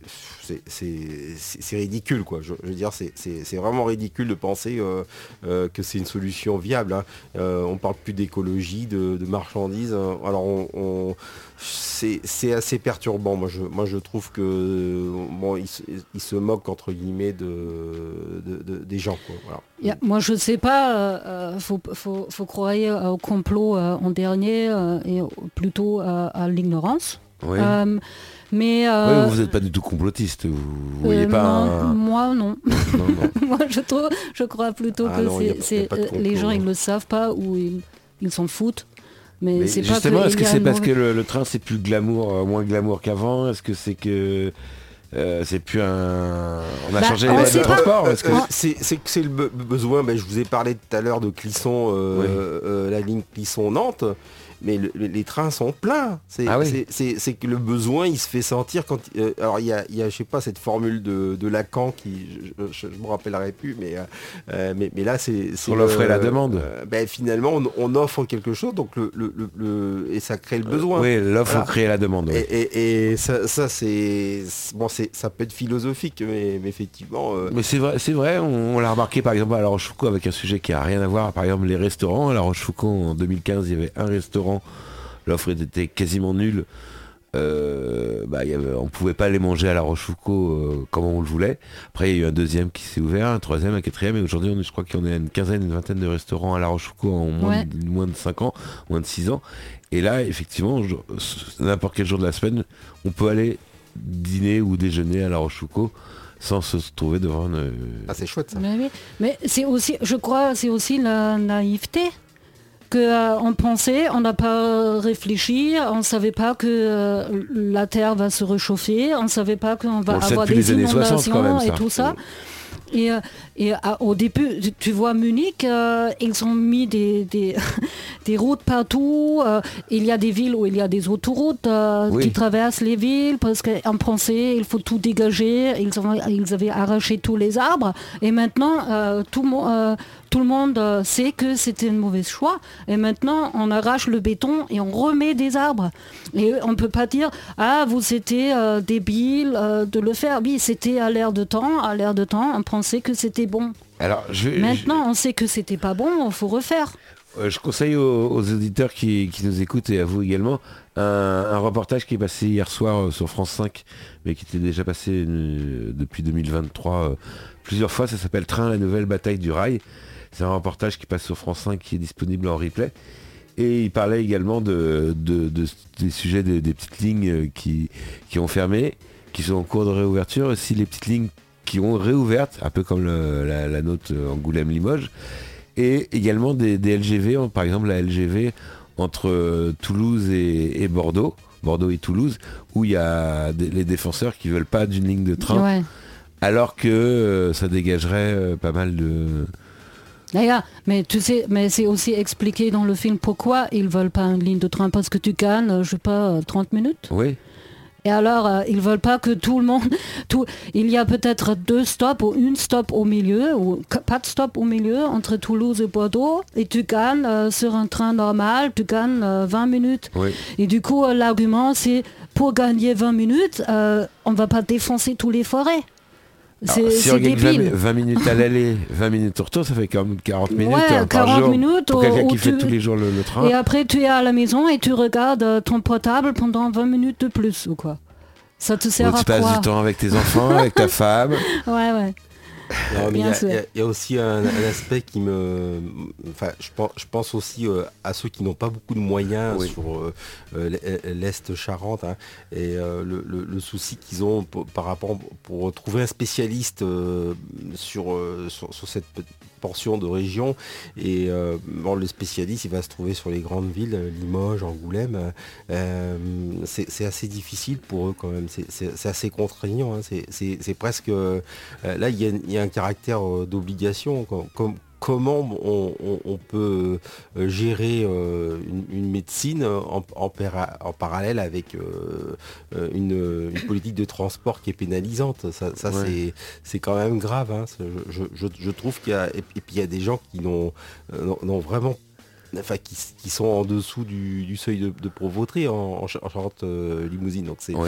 c'est ridicule, quoi. Je veux dire, c'est vraiment ridicule de penser que c'est une solution viable. Hein. On parle plus d'écologie, de marchandises. Alors c'est assez perturbant. Moi je trouve que il se moque entre guillemets des gens. Quoi. Voilà. Moi je sais pas. Faut croire au complot en dernier et plutôt à l'ignorance. Oui. Mais oui, vous n'êtes pas du tout complotiste, vous voyez pas. Moi non. Moi je crois plutôt que les gens ils le savent pas ou ils s'en foutent. Mais c'est justement, pas est-ce que c'est parce que le train c'est plus glamour, moins glamour qu'avant? Est-ce que c'est que c'est plus un... On a changé les modes de transport c'est le besoin. Je vous ai parlé tout à l'heure de Clisson, la ligne Clisson-Nantes. les trains sont pleins. C'est que le besoin, il se fait sentir quand... alors il y a, je sais pas, cette formule de Lacan qui, je me rappellerai plus, mais là c'est... Sur l'offre et la demande. Finalement, on offre quelque chose, donc et ça crée le besoin. Oui, l'offre crée la demande. Oui. Et ça c'est... Bon, ça peut être philosophique, mais effectivement... Mais c'est vrai, on l'a remarqué par exemple à La Rochefoucauld avec un sujet qui a rien à voir, par exemple les restaurants. À La Rochefoucauld en 2015, il y avait un restaurant, l'offre était quasiment nulle. On pouvait pas aller manger à La Rochefoucauld comme on le voulait. Après il y a eu un deuxième qui s'est ouvert, un troisième, un quatrième, et aujourd'hui je crois qu'on est à une quinzaine, une vingtaine de restaurants à La Rochefoucauld en moins de 5 ans, moins de 6 ans. Et là effectivement, n'importe quel jour de la semaine, on peut aller dîner ou déjeuner à La Rochefoucauld sans se trouver devant une... Ah, c'est chouette ça. Mais c'est aussi, je crois, c'est aussi la naïveté. On pensait, on n'a pas réfléchi, on ne savait pas que la Terre va se réchauffer, on ne savait pas qu'on va avoir des inondations 60, même, et tout ça. Et au début, tu vois Munich, ils ont mis des routes partout. Il y a des villes où il y a des autoroutes qui traversent les villes parce qu'en pensait il faut tout dégager. Ils avaient arraché tous les arbres et maintenant tout le monde sait que c'était un mauvais choix. Et maintenant on arrache le béton et on remet des arbres. Et on ne peut pas dire vous étiez débile de le faire. Oui, c'était à l'air de temps. On pensait que c'était bon. Alors, maintenant, on sait que c'était pas bon, il faut refaire. Je conseille aux auditeurs qui nous écoutent et à vous également un reportage qui est passé hier soir sur France 5, mais qui était déjà passé depuis 2023 plusieurs fois. Ça s'appelle Train, la nouvelle bataille du rail. C'est un reportage qui passe sur France 5 qui est disponible en replay. Et il parlait également des sujets des petites lignes qui ont fermé, qui sont en cours de réouverture. Aussi les petites lignes qui ont réouvertes, un peu comme la nôtre Angoulême-Limoges, et également des LGV, par exemple la LGV entre Toulouse et Bordeaux et Toulouse, où il y a les défenseurs qui veulent pas d'une ligne de train, alors que ça dégagerait pas mal de... D'ailleurs, mais tu sais, mais c'est aussi expliqué dans le film pourquoi ils veulent pas une ligne de train, parce que tu gagnes, je sais pas, 30 minutes. Oui. Et alors, ils veulent pas que tout le monde... il y a peut-être 2 stops ou une stop au milieu, ou pas de stop au milieu, entre Toulouse et Bordeaux, et tu gagnes sur un train normal, tu gagnes 20 minutes. Oui. Et du coup, l'argument, c'est pour gagner 20 minutes, on va pas défoncer tous les forêts. Si on gagne 20 minutes à l'aller, 20 minutes au retour, ça fait quand même 40 minutes par 40 jour minutes pour quelqu'un qui fait tous les jours le train. Et après, tu es à la maison et tu regardes ton portable pendant 20 minutes de plus ou quoi. Ça te sert à quoi? Tu passes du temps avec tes enfants, avec ta femme. Ouais. Non, mais il y a aussi un aspect qui me... Enfin, je pense aussi à ceux qui n'ont pas beaucoup de moyens sur l'Est Charente, hein, et le souci qu'ils ont par rapport pour trouver un spécialiste sur cette portion de région. Et le spécialiste, il va se trouver sur les grandes villes, Limoges, Angoulême. C'est assez difficile pour eux quand même. C'est assez contraignant. Hein. C'est presque... là, il y a un caractère d'obligation. Comment on peut gérer une médecine en parallèle avec une politique de transport qui est pénalisante. Ça c'est quand même grave. Hein. Je trouve qu'il y a... Et puis il y a des gens qui n'ont vraiment... Enfin, qui sont en dessous du seuil de pauvreté en Charente-Limousine. Donc moi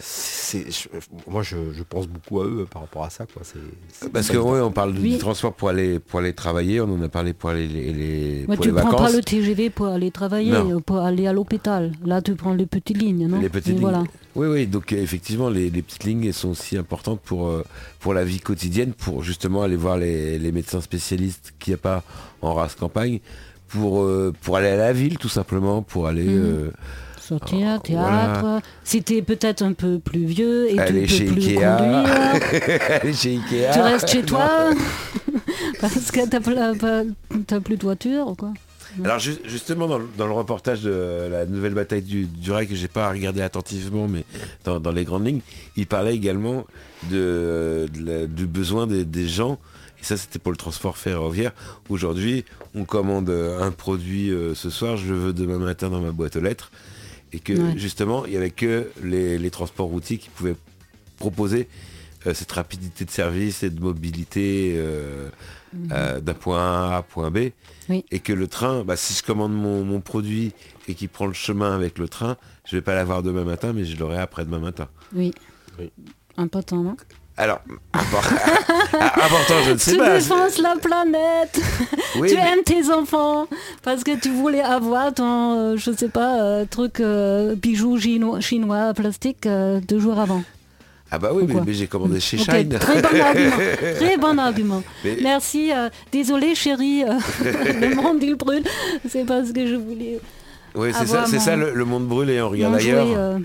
je pense beaucoup à eux par rapport à ça, quoi. Parce que on parle du transport pour aller travailler, on en a parlé pour aller pour tu les vacances. Tu prends pas le TGV pour aller travailler, pour aller à l'hôpital. Là tu prends les petites lignes, non? Les petites lignes. Voilà. Oui, donc effectivement les petites lignes elles sont aussi importantes pour la vie quotidienne, pour justement aller voir les médecins spécialistes qu'il n'y a pas en race campagne. Pour aller à la ville tout simplement, pour aller sortir, théâtre, voilà. Si t'es peut-être un peu plus vieux et aller tu peux plus Ikea. Conduire aller chez Ikea. Tu restes chez toi parce que t'as plus de voiture ou quoi. Alors justement dans le reportage de la nouvelle bataille du rail que j'ai pas regardé attentivement, mais dans les grandes lignes, il parlait également du besoin des gens Et ça, c'était pour le transport ferroviaire. Aujourd'hui, on commande un produit ce soir, je le veux demain matin dans ma boîte aux lettres. Et que justement, il n'y avait que les transports routiers qui pouvaient proposer cette rapidité de service et de mobilité d'un point A à point B. Oui. Et que le train, si je commande mon produit et qu'il prend le chemin avec le train, je ne vais pas l'avoir demain matin, mais je l'aurai après-demain matin. Oui. Important, non? Alors, important, je ne sais tu pas. Tu défenses la planète. Oui, tu aimes tes enfants parce que tu voulais avoir ton, je sais pas, truc bijou chinois plastique 2 jours avant. Ah bah oui, mais j'ai commandé chez Shine. Très bon argument. Très bon argument. Mais... Merci. Désolé chérie, le monde il brûle. C'est parce que je voulais... Oui, c'est ça le monde brûle et on regarde ailleurs.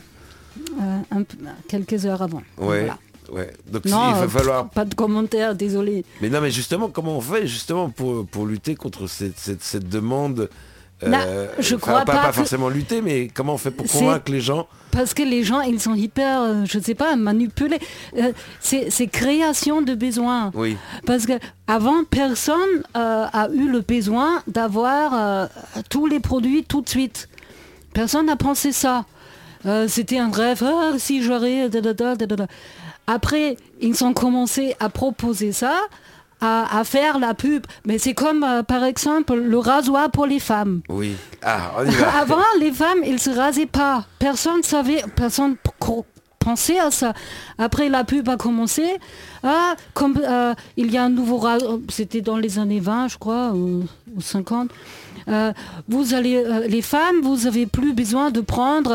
Quelques heures avant. Ouais. Voilà. Ouais. Donc non, il va falloir... pas de commentaires, désolé. Mais non, mais justement, comment on fait justement pour lutter contre cette demande je crois pas forcément lutter, mais comment on fait pour convaincre les gens? Parce que les gens, ils sont hyper, je sais pas, manipulés. C'est création de besoins. Oui. Parce que avant, personne a eu le besoin d'avoir tous les produits tout de suite. Personne n'a pensé ça. C'était un rêve. Si j'aurais... Après, ils ont commencé à proposer ça, à faire la pub. Mais c'est comme, par exemple, le rasoir pour les femmes. Oui. Ah, on y va. Avant, les femmes, ils ne se rasaient pas. Personne savait, personne pensait à ça. Après, la pub a commencé. Comme il y a un nouveau rasoir, c'était dans les années 20, je crois, ou 50. Vous allez, les femmes, vous n'avez plus besoin de prendre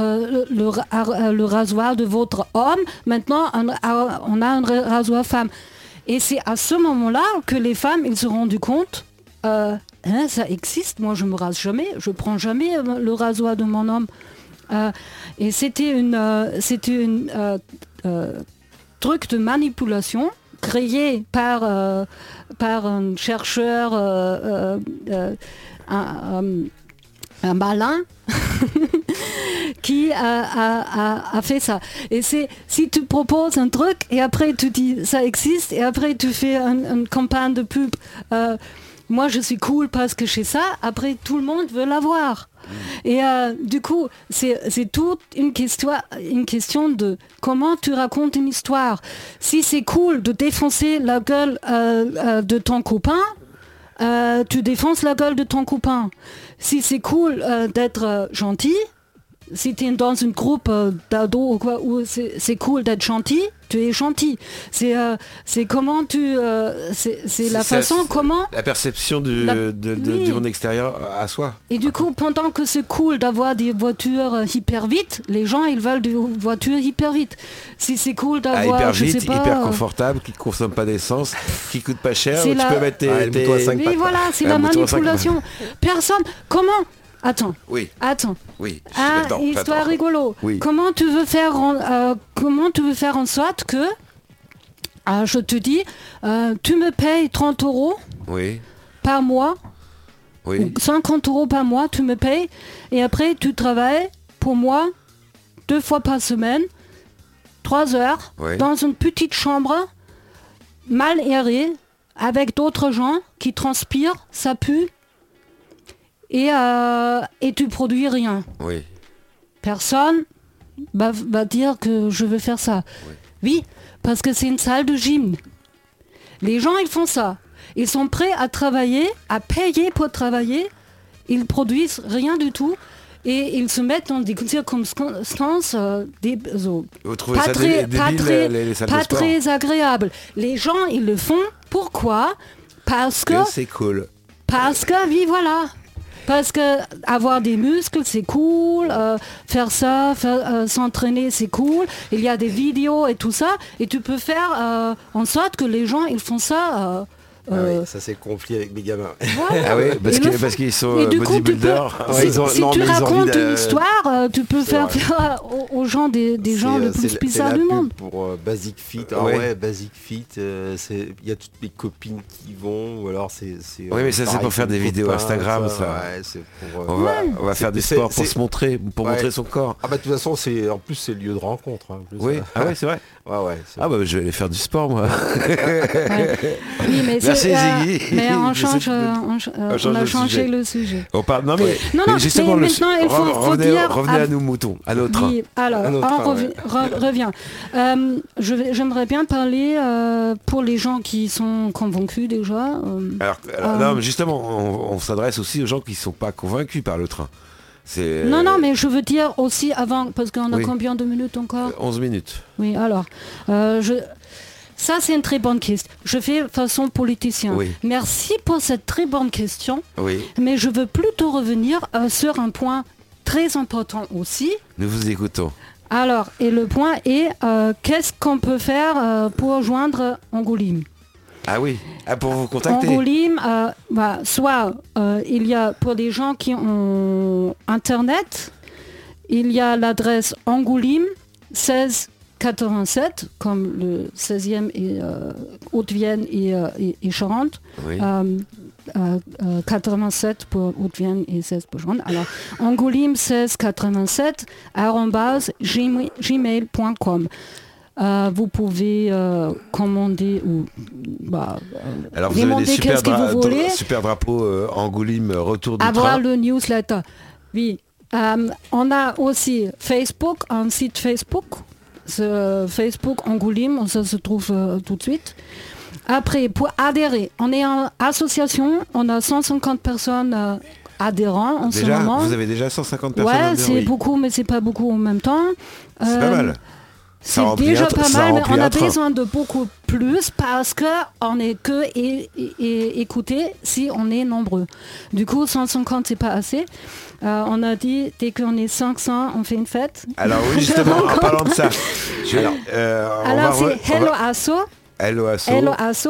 le rasoir de votre homme. Maintenant, on a un rasoir femme. Et c'est à ce moment-là que les femmes, ils se sont rendus compte, ça existe, moi je me rase jamais, je prends jamais le rasoir de mon homme. Et c'était une truc de manipulation créé par un chercheur, un malin qui a fait ça. Et c'est si tu proposes un truc et après tu dis ça existe et après tu fais une campagne de pub. Moi je suis cool parce que j'ai ça. Après tout le monde veut l'avoir. Et du coup c'est toute une question de comment tu racontes une histoire. Si c'est cool de défoncer la gueule de ton copain, tu défonces la gueule de ton copain. Si c'est cool d'être gentil, si tu es dans une groupe d'ados ou quoi, où c'est cool d'être gentil, tu es gentil. C'est comment tu... c'est la façon comment... La perception du monde extérieur à soi. Et du coup, pendant que c'est cool d'avoir des voitures hyper vite, les gens, ils veulent des voitures hyper vite. Si c'est cool d'avoir... hyper vite, je sais pas, hyper confortable, qui ne consomme pas d'essence, qui coûte pas cher, tu peux mettre tes moutons à 5 pattes. Mais voilà, c'est la manipulation. Personne... Comment... Attends. Oui. Attends. Oui. Histoire rigolo. Oui. Comment tu veux faire en sorte que je te dis tu me payes 30 € par mois, ou 50 € par mois, tu me payes et après tu travailles pour moi 2 fois par semaine, 3 heures dans une petite chambre mal aérée avec d'autres gens qui transpirent, ça pue. Et tu produis rien. Oui. Personne va dire que je veux faire ça. Oui, parce que c'est une salle de gym. Les gens, ils font ça. Ils sont prêts à travailler, à payer pour travailler. Ils produisent rien du tout. Et ils se mettent dans des circonstances pas très agréables. Les gens, ils le font. Pourquoi ? Parce que c'est cool. Parce que, oui, voilà. Parce que avoir des muscles, c'est cool, faire ça, s'entraîner, c'est cool. Il y a des vidéos et tout ça. Et tu peux faire en sorte que les gens, ils font ça Ça c'est le conflit avec mes gamins. Voilà. Ah oui, parce qu'ils sont Et du coup, bodybuilders. si tu racontes une histoire, tu peux faire aux gens des gens le plus bizarres du monde. Pour Basic Fit. Basic Fit, il y a toutes mes copines qui vont, ou alors c'est. Oui, mais ça c'est pour faire des vidéos Instagram, ça. Ouais, c'est pour, on va faire des sports pour se montrer, pour montrer son corps. Ah bah de toute façon, en plus c'est le lieu de rencontre. Hein, oui, c'est vrai. Ouais. Ah bah je vais aller faire du sport moi. Oui, mais merci Ziggy. Mais on a changé le sujet. On parle. Non mais justement maintenant il faut revenez à nos moutons, à notre train. Oui, alors on revient. J'aimerais bien parler pour les gens qui sont convaincus déjà. Alors non, mais justement, on s'adresse aussi aux gens qui ne sont pas convaincus par le train. Non, mais je veux dire aussi avant, parce qu'on a combien de minutes encore 11 minutes. Oui, alors, ça c'est une très bonne question. Je fais façon politicien. Oui. Merci pour cette très bonne question. Oui. Mais je veux plutôt revenir sur un point très important aussi. Nous vous écoutons. Alors, et le point est, qu'est-ce qu'on peut faire pour joindre Angoulême ? Ah oui, pour vous contacter. Angoulême, soit il y a pour les gens qui ont Internet, il y a l'adresse Angoulême 1687, comme le 16e et Haute-Vienne et Charente. Oui. 87 pour Haute-Vienne et 16 pour Charente. Alors, Angoulême 1687 @gmail.com. Vous pouvez commander ou alors vous avez des super drapeaux Angoulême retour du avoir train. Le newsletter. Oui. On a aussi Facebook, un site Facebook. Facebook Angoulême, ça se trouve tout de suite. Après, pour adhérer, on est en association, on a 150 personnes adhérents en ce moment. Vous avez déjà 150 personnes adhérents. C'est beaucoup, mais c'est pas beaucoup en même temps. C'est pas mal. C'est déjà pas mal, mais on a besoin de beaucoup plus parce qu'on est que écouté si on est nombreux. Du coup, 150, c'est pas assez. On a dit, dès qu'on est 500, on fait une fête. Alors oui, justement, en parlant de ça. Alors c'est Hello Asso. Hello Asso. Hello Asso,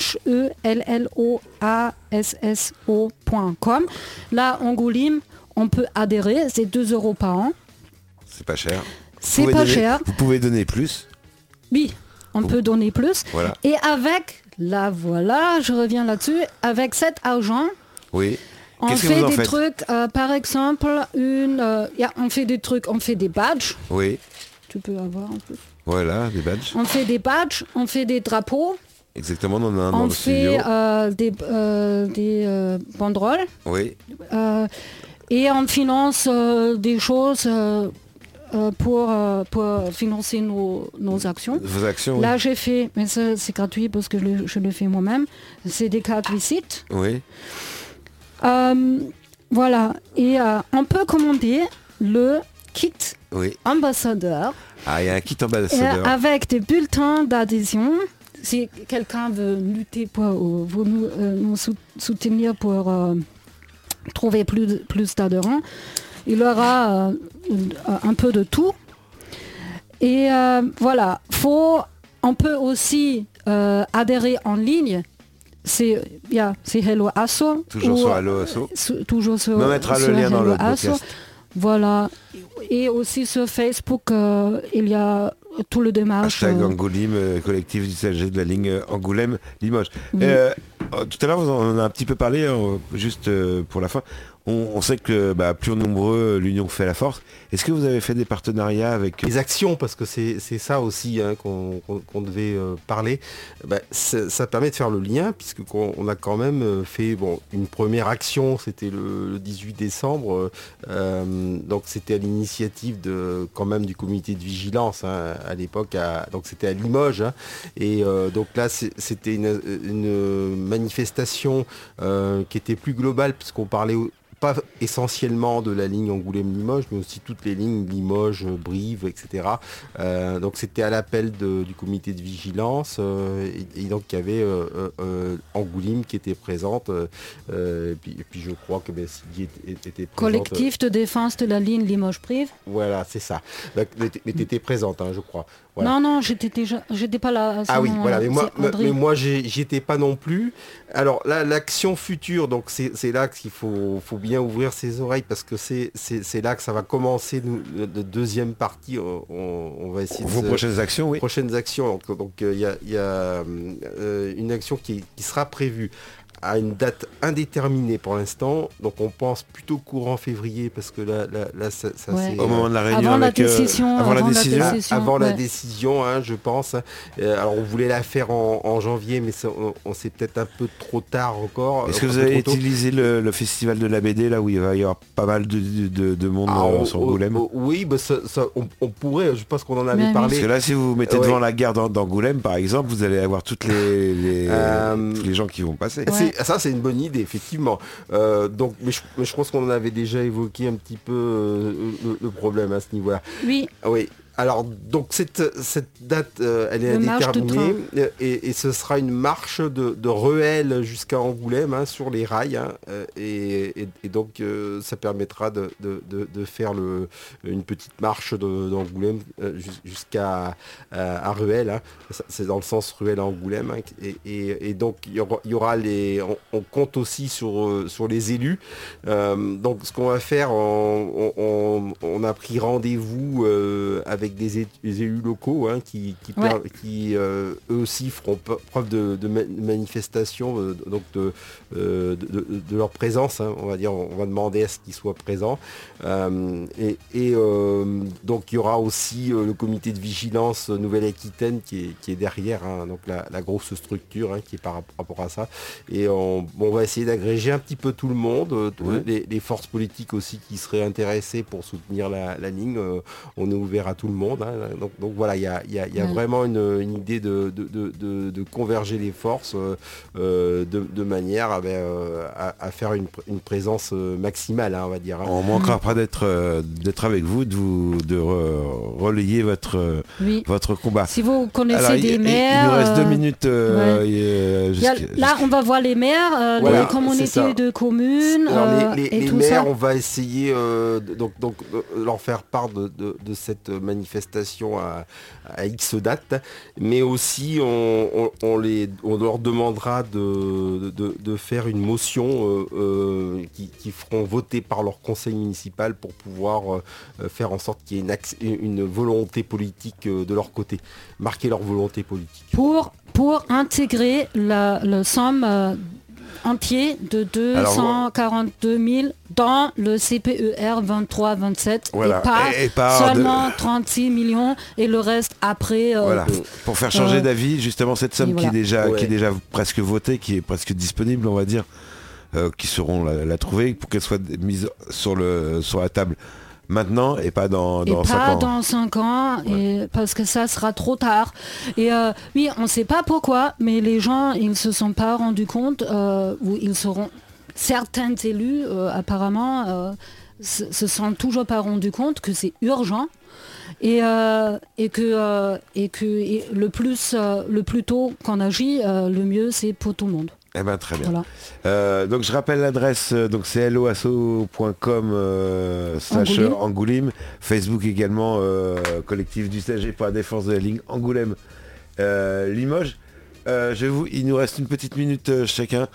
HELLOASSO.com. Là, Angoulême, on peut adhérer, c'est 2 € par an. C'est pas cher. C'est pas cher. Vous pouvez donner plus. Oui, on peut donner plus. Voilà. Et avec, je reviens là-dessus, avec cet argent, oui. On fait des trucs, par exemple, on fait des trucs, on fait des badges. Oui. Tu peux avoir un peu. Voilà, des badges. On fait des badges, on fait des drapeaux. Exactement, on en a un dans le studio. On fait des banderoles. Oui. Et on finance des choses pour financer nos actions. Vos actions, Là, j'ai fait, mais ça, c'est gratuit parce que je le fais moi-même, c'est des cartes visites. Oui. Voilà. Et on peut commander le kit ambassadeur. Ah, il y a un kit ambassadeur. Avec des bulletins d'adhésion. Si quelqu'un veut lutter pour nous soutenir pour trouver plus d'adhérents, il aura un peu de tout. Et voilà. On peut aussi adhérer en ligne. C'est Hello Asso. Toujours sur Hello Asso. Toujours sur. On mettra le lien dans le podcast. Voilà. Et aussi sur Facebook, il y a tout le démarche. Hashtag Angoulême, collectif d'usagers de la ligne Angoulême-Limoges. Oui. Tout à l'heure, on en a un petit peu parlé, juste pour la fin. On sait que plus nombreux, l'union fait la force. Est-ce que vous avez fait des partenariats avec... Les actions, parce que c'est ça aussi qu'on devait parler. Ça permet de faire le lien, puisqu'on a quand même fait une première action, c'était le 18 décembre. Donc c'était à l'initiative quand même du comité de vigilance à l'époque. Donc c'était à Limoges. Et donc là, c'était une manifestation qui était plus globale, puisqu'on parlait... pas essentiellement de la ligne Angoulême-Limoges, mais aussi toutes les lignes Limoges, Brive, etc. Donc c'était à l'appel du comité de vigilance, et donc il y avait Angoulême qui était présente, et puis je crois que Sylvie était présente. Collectif de défense de la ligne Limoges-Brive. Voilà, c'est ça. Mais tu étais présente, je crois. Voilà. Non, j'étais pas là. Ah oui, voilà, mais moi j'y étais pas non plus. Alors là, l'action future, donc c'est là qu'il faut bien ouvrir ses oreilles parce que c'est là que ça va commencer la deuxième partie. On va essayer vos prochaines actions, oui. Prochaines actions. Donc il y a une action qui sera prévue à une date indéterminée pour l'instant, donc on pense plutôt courant février parce que là ça c'est au moment de la réunion avant avec, la décision, avant la décision, hein, je pense. Alors on voulait la faire en janvier, mais on s'est peut-être un peu trop tard encore. Est-ce que vous avez utilisé le festival de la BD là où il va y avoir pas mal de monde sur Angoulême? Oui, bah, on pourrait, je pense qu'on en avait parlé. Parce que là, si vous vous mettez devant la gare d'Angoulême, par exemple, vous allez avoir tous les gens qui vont passer. Ça, c'est une bonne idée, effectivement. Donc, mais je pense qu'on en avait déjà évoqué un petit peu le problème à ce niveau-là. Oui. Oui. Alors, donc cette date, elle est indéterminée et ce sera une marche de Ruelle jusqu'à Angoulême, hein, sur les rails, hein, et donc ça permettra de faire une petite marche d'Angoulême jusqu'à à Ruelle, hein. C'est dans le sens Ruelle à Angoulême, hein, et donc il y aura on compte aussi sur les élus. Donc ce qu'on va faire, on a pris rendez-vous avec des élus locaux, hein, qui eux aussi feront preuve de manifestation, donc de leur présence, hein, on va dire. On va demander à ce qu'ils soient présents, donc il y aura aussi le comité de vigilance Nouvelle-Aquitaine qui est derrière, hein, donc la grosse structure, hein, qui est par rapport à ça, et on va essayer d'agréger un petit peu tout le monde, les forces politiques aussi qui seraient intéressées pour soutenir la ligne. On est ouvert à tout le monde, hein. Donc voilà, il y a vraiment une idée de converger les forces de manière à faire une présence maximale, hein, on va dire, hein. On manquera pas d'être avec vous, de relayer votre combat. Si vous connaissez des maires... Il nous reste 2 minutes. Là, on va voir les maires, les communautés de communes. Alors, les tout maires, ça. on va essayer donc leur faire part de cette manifestation à X date, mais aussi on leur demandera de faire une motion qui feront voter par leur conseil municipal pour pouvoir faire en sorte qu'il y ait une volonté politique de leur côté, marquer leur volonté politique. Pour intégrer le somme entier de 242 000 dans le CPER 23-27, voilà. et pas seulement 36 millions et le reste après. Voilà. Pour faire changer d'avis, justement, cette somme qui est déjà presque votée, qui est presque disponible, on va dire, qui seront la trouver pour qu'elle soit mise sur la table maintenant et pas dans 5 ans. Dans 5 ans, parce que ça sera trop tard. Et oui, on ne sait pas pourquoi, mais les gens, ils ne se sont pas rendus compte, ou ils seront, certains élus apparemment, se sont toujours pas rendus compte que c'est urgent. Et que le plus tôt qu'on agit, le mieux c'est pour tout le monde. Eh ben très bien. Voilà. Donc je rappelle l'adresse, donc c'est loasso.com/Angoulême, Facebook également, collectif d'usagers pour la défense de la ligne Angoulême Limoges. Il nous reste une petite minute chacun.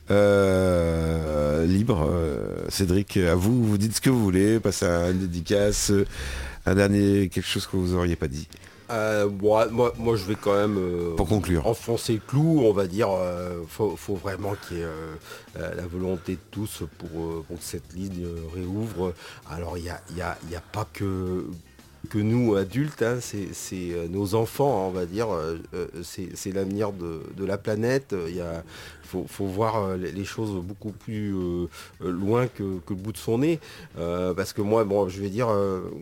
Libre. Cédric, à vous, vous dites ce que vous voulez, passez à une dédicace, un dernier, quelque chose que vous auriez pas dit. Moi je vais quand même pour conclure enfoncer le clou, on va dire. Faut vraiment qu'il y ait la volonté de tous pour que cette ligne réouvre. Alors il y a pas que nous adultes, hein, c'est nos enfants, hein, on va dire, c'est l'avenir de la planète. Faut voir les choses beaucoup plus loin que le bout de son nez, parce que moi, je vais dire,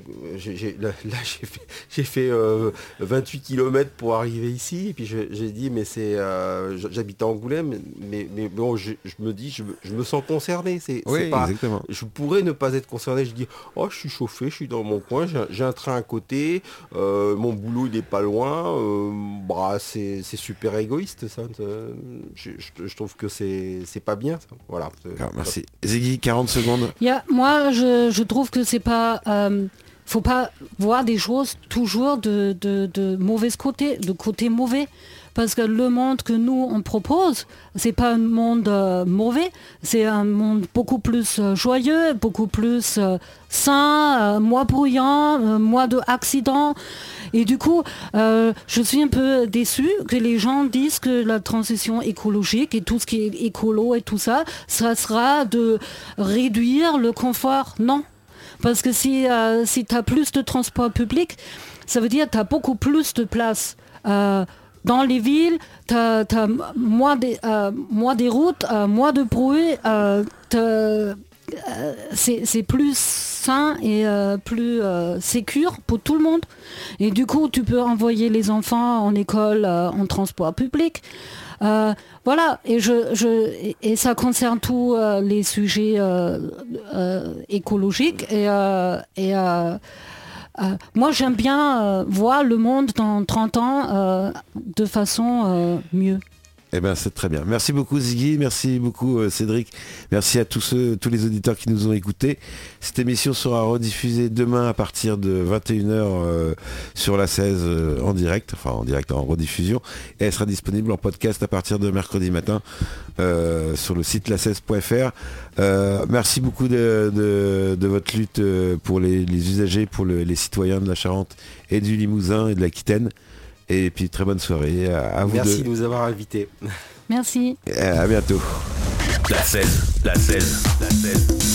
j'ai fait 28 km pour arriver ici, et puis j'ai dit, mais j'habite à Angoulême, mais bon, je me dis, je me sens concerné. C'est pas, exactement. Je pourrais ne pas être concerné. Je dis, oh, je suis chauffé, je suis dans mon coin, j'ai un train à côté, mon boulot il est pas loin, c'est super égoïste ça. Je trouve que c'est pas bien ça. Voilà. Merci. Ziggy, 40 secondes. Moi je trouve que c'est pas faut pas voir des choses toujours de mauvais côté, de côté mauvais. parce que le monde que nous on propose, c'est pas un monde mauvais, c'est un monde beaucoup plus joyeux, beaucoup plus sain, moins bruyant, moins d'accidents. Et du coup, je suis un peu déçue que les gens disent que la transition écologique et tout ce qui est écolo et tout ça, ça sera de réduire le confort. Non. Parce que si tu as plus de transport public, ça veut dire que tu as beaucoup plus de place. Dans les villes, tu as moins des routes, moins de bruit. C'est plus sain et plus sécure pour tout le monde. Et du coup, tu peux envoyer les enfants en école en transport public. Voilà, et ça concerne tous les sujets écologiques. Moi, j'aime bien voir le monde dans 30 ans de façon mieux. Eh ben, c'est très bien. Merci beaucoup Ziggy, merci beaucoup Cédric, merci à tous les auditeurs qui nous ont écoutés. Cette émission sera rediffusée demain à partir de 21h sur la 16 en direct, en rediffusion, et elle sera disponible en podcast à partir de mercredi matin sur le site la16.fr. Merci beaucoup de votre lutte pour les usagers, pour les citoyens de la Charente et du Limousin et de l'Aquitaine. Et puis très bonne soirée à vous. Merci de nous avoir invités. Merci. À bientôt. La 16.